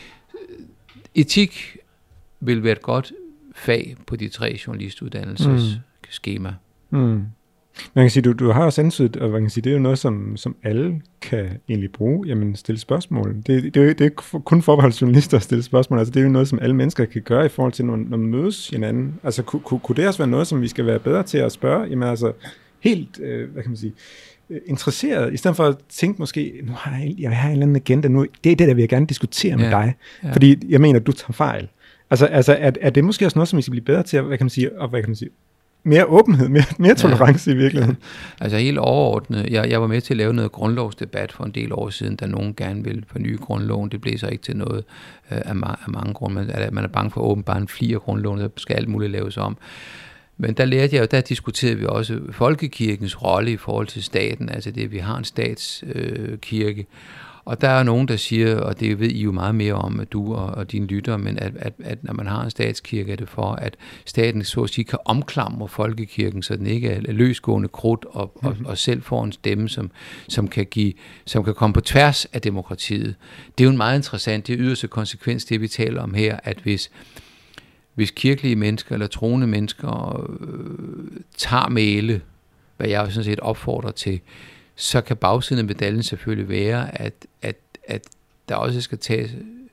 Speaker 3: Etik vil være et godt fag på de 3 journalistuddannelses skema.
Speaker 2: Man kan sige, du har også antydet, og man kan sige, det er jo noget, som alle kan egentlig bruge, jamen stille spørgsmål. Det er ikke kun forbeholdt journalister at stille spørgsmål, altså det er jo noget, som alle mennesker kan gøre i forhold til, når man mødes hinanden. Altså kunne det også være noget, som vi skal være bedre til at spørge? Jamen altså helt, hvad kan man sige, interesseret, i stedet for at tænke måske, nu har jeg har en eller anden agenda nu, det er det, der vil jeg gerne diskutere med dig, fordi jeg mener, at du tager fejl. Altså er det måske også noget, som vi skal blive bedre til, hvad kan man sige, mere åbenhed, mere tolerance i virkeligheden?
Speaker 3: Ja. Altså helt overordnet, jeg var med til at lave noget grundlovsdebat for en del år siden, da nogen gerne ville forny grundloven. Det blev så ikke til noget af mange grunde. Man er bange for at åbne bare en fli af grundloven, så skal alt muligt laves om. Men der lærte jeg jo, der diskuterede vi også folkekirkens rolle i forhold til staten, altså det, vi har en statskirke. Og der er nogen, der siger, og det ved I jo meget mere om, du og dine lyttere, men at når man har en statskirke, er det for, at staten så at sige kan omklamre folkekirken, så den ikke er løsgående krudt og selv får en stemme, som kan komme på tværs af demokratiet. Det er jo en meget interessant, det er yderste konsekvens, det vi taler om her, at hvis kirkelige mennesker eller troende mennesker tager mæle, hvad jeg sådan set opfordrer til, så kan bagsiden af medaljen selvfølgelig være, at der også skal tages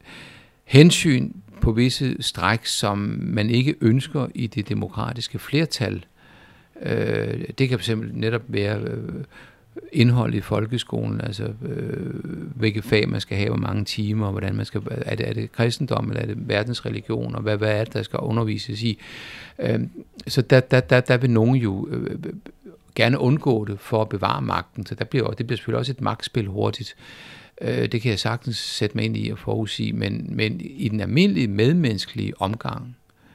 Speaker 3: hensyn på visse stræk, som man ikke ønsker i det demokratiske flertal. Det kan fx netop være indhold i folkeskolen, altså hvilke fag man skal have, hvor mange timer, og hvordan man skal, er det kristendom, eller er det verdensreligion, og hvad er det, der skal undervises i. Så der vil nogen jo gerne undgå det for at bevare magten, så det bliver selvfølgelig også et magtspil hurtigt. Det kan jeg sagtens sætte mig ind i og forudsige, men i den almindelige medmenneskelige omgang,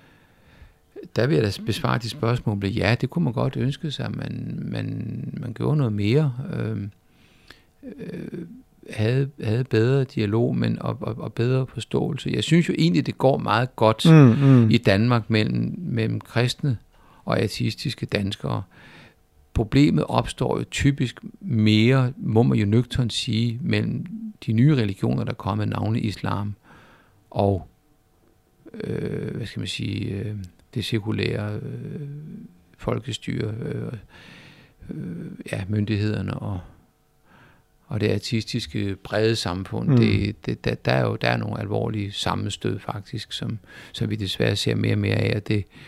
Speaker 3: der vil jeg da besvare de spørgsmål, ja, det kunne man godt ønske sig, man gjorde noget mere, havde bedre dialog og bedre forståelse. Jeg synes jo egentlig, det går meget godt i Danmark mellem kristne og ateistiske danskere. Problemet opstår jo typisk mere, må man jo nøgternt sige, mellem de nye religioner, der kommer, navnlig islam, og det sekulære folkestyre, myndighederne og det ateistiske brede samfund. Der er nogle alvorlige sammenstød faktisk, som vi desværre ser mere og mere af.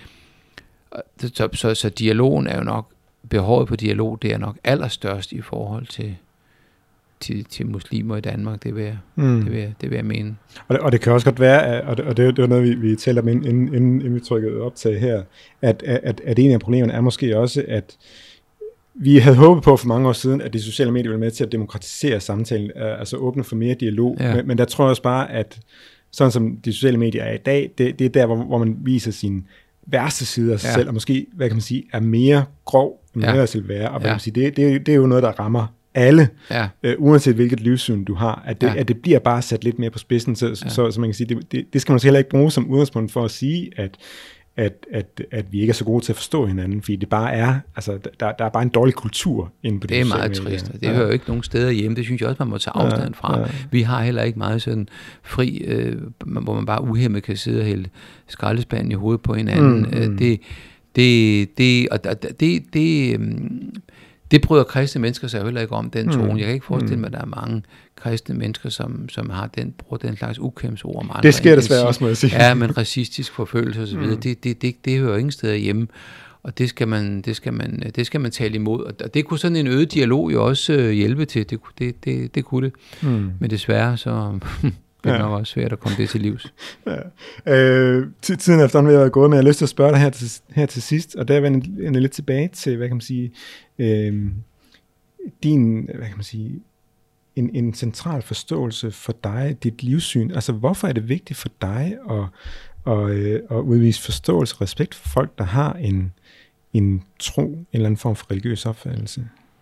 Speaker 3: Så dialogen er jo nok, behovet på dialog, det er nok allerstørst i forhold til muslimer i Danmark, det vil jeg mene.
Speaker 2: Og det kan også godt være, og det er noget, vi taler om, inden vi trykkede optag her, at en af problemerne er måske også, at vi havde håbet på for mange år siden, at de sociale medier ville med til at demokratisere samtalen, altså åbne for mere dialog, men der tror jeg også bare, at sådan som de sociale medier er i dag, det er der, hvor man viser sin værste side af sig selv, og måske, hvad kan man sige, er mere grov, end man selv være, og hvad kan man sige, det er jo noget, der rammer alle, uanset hvilket livssyn du har, at det bliver bare sat lidt mere på spidsen, så man kan sige, det skal man heller ikke bruge som udgangspunkt for at sige, at vi ikke er så gode til at forstå hinanden, fordi det bare er, altså der er bare en dårlig kultur inde på det.
Speaker 3: Det er meget trist, og det hører jo ikke nogen steder hjemme. Det synes jeg også, man må tage afstand fra. Ja. Vi har heller ikke meget sådan fri, hvor man bare uhæmmet kan sidde og hælde skraldespanden i hovedet på hinanden. Det bryder kristne mennesker sig heller ikke om, den tone. Jeg kan ikke forestille mig, at der er mange kristne mennesker, som bruger den slags ukvemsord om andre.
Speaker 2: Det sker desværre også, må jeg sige.
Speaker 3: Ja, men racistisk forfølgelse og så videre, det hører ingen steder hjemme. Og det skal man tale imod. Og det kunne sådan en øget dialog jo også hjælpe til. Det kunne det. Men desværre så det er nok også svært at komme det til livs.
Speaker 2: Ja. Tiden efterhånden vil jeg gået, men jeg har lyst til at spørge dig her til sidst, og der vender lidt tilbage til, hvad kan man sige, en central forståelse for dig, dit livssyn. Altså, hvorfor er det vigtigt for dig at udvise forståelse og respekt for folk, der har en tro, en eller anden form for religiøs opfattelse?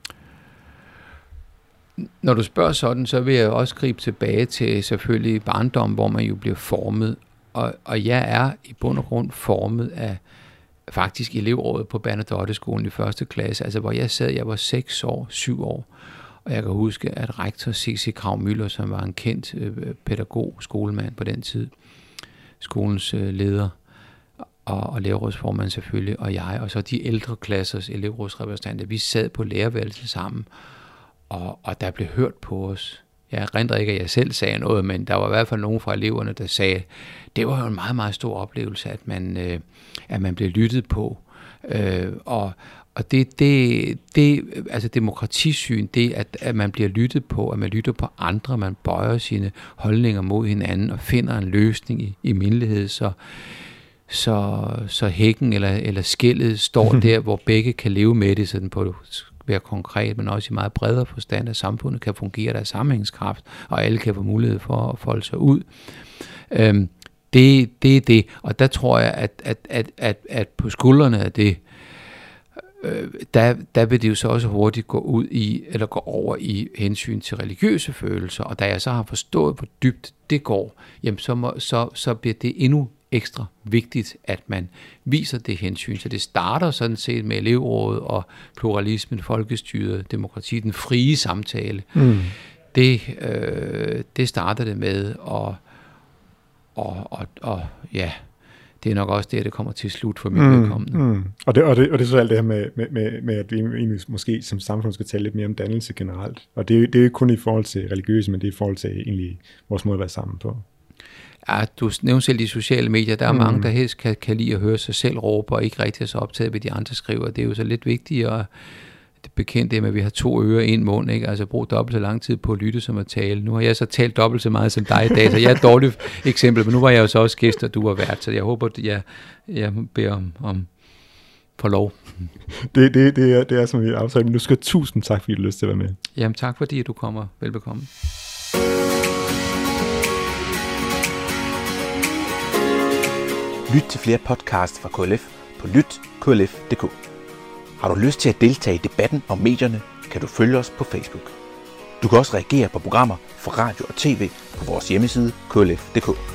Speaker 3: Når du spørger sådan, så vil jeg også gribe tilbage til selvfølgelig barndom, hvor man jo bliver formet. Og jeg er i bund og grund formet af faktisk elevrådet på Bernadotteskolen i 1. klasse, altså hvor jeg var 7 år, og jeg kan huske, at rektor C.C. Krag-Müller, som var en kendt pædagog, skolemand på den tid, skolens leder og elevrådsformand selvfølgelig, og jeg, og så de ældre klassers elevrådsrepræsentanter, vi sad på lærerværelset sammen, og der blev hørt på os. Jeg erindrer ikke, at jeg selv sagde noget, men der var i hvert fald nogen fra eleverne, der sagde, det var jo en meget, meget stor oplevelse, at man blev lyttet på. Og altså demokratisyn, det at man bliver lyttet på, at man lytter på andre, man bøjer sine holdninger mod hinanden og finder en løsning i mindelighed, så hækken eller skellet står der, hvor begge kan leve med det, sådan på være konkret, men også i meget bredere forstand, at samfundet kan fungere, der er sammenhængskraft, og alle kan få mulighed for at folde sig ud. Det er det, og der tror jeg, at på skuldrene af det, der vil det jo så også hurtigt gå over i hensyn til religiøse følelser, og da jeg så har forstået, hvor dybt det går, jamen så bliver det endnu ekstra vigtigt, at man viser det hensyn. Så det starter sådan set med elevrådet og pluralismen, folkestyret, demokrati, den frie samtale. Det starter det med, og ja, det er nok også det kommer til slut for mit vedkommende.
Speaker 2: Og det er så alt det her med at vi måske som samfund skal tale lidt mere om dannelse generelt. Og det er jo ikke kun i forhold til religiøse, men det er i forhold til egentlig vores måde at være sammen på.
Speaker 3: Ja, du nævnte selv de sociale medier. Der er mange, der helst kan lide at høre sig selv råbe, og ikke rigtig så optaget, hvad de andre skriver. Det er jo så lidt vigtigt, og det bekendte med, at vi har 2 ører og 1 mund, ikke? Altså brug dobbelt så lang tid på at lytte som at tale. Nu har jeg så talt dobbelt så meget som dig i dag, så jeg er et dårligt eksempel, men nu var jeg jo så også gæst, og du var vært, så jeg håber, at jeg beder om for lov.
Speaker 2: Det er som vi aftalte, men du skal tusind tak, fordi du har lyst til at være med.
Speaker 3: Jamen tak, fordi du kommer. Velbekomme.
Speaker 1: Lyt til flere podcasts fra KLF på lytklf.dk. Har du lyst til at deltage i debatten om medierne, kan du følge os på Facebook. Du kan også reagere på programmer fra radio og tv på vores hjemmeside klf.dk.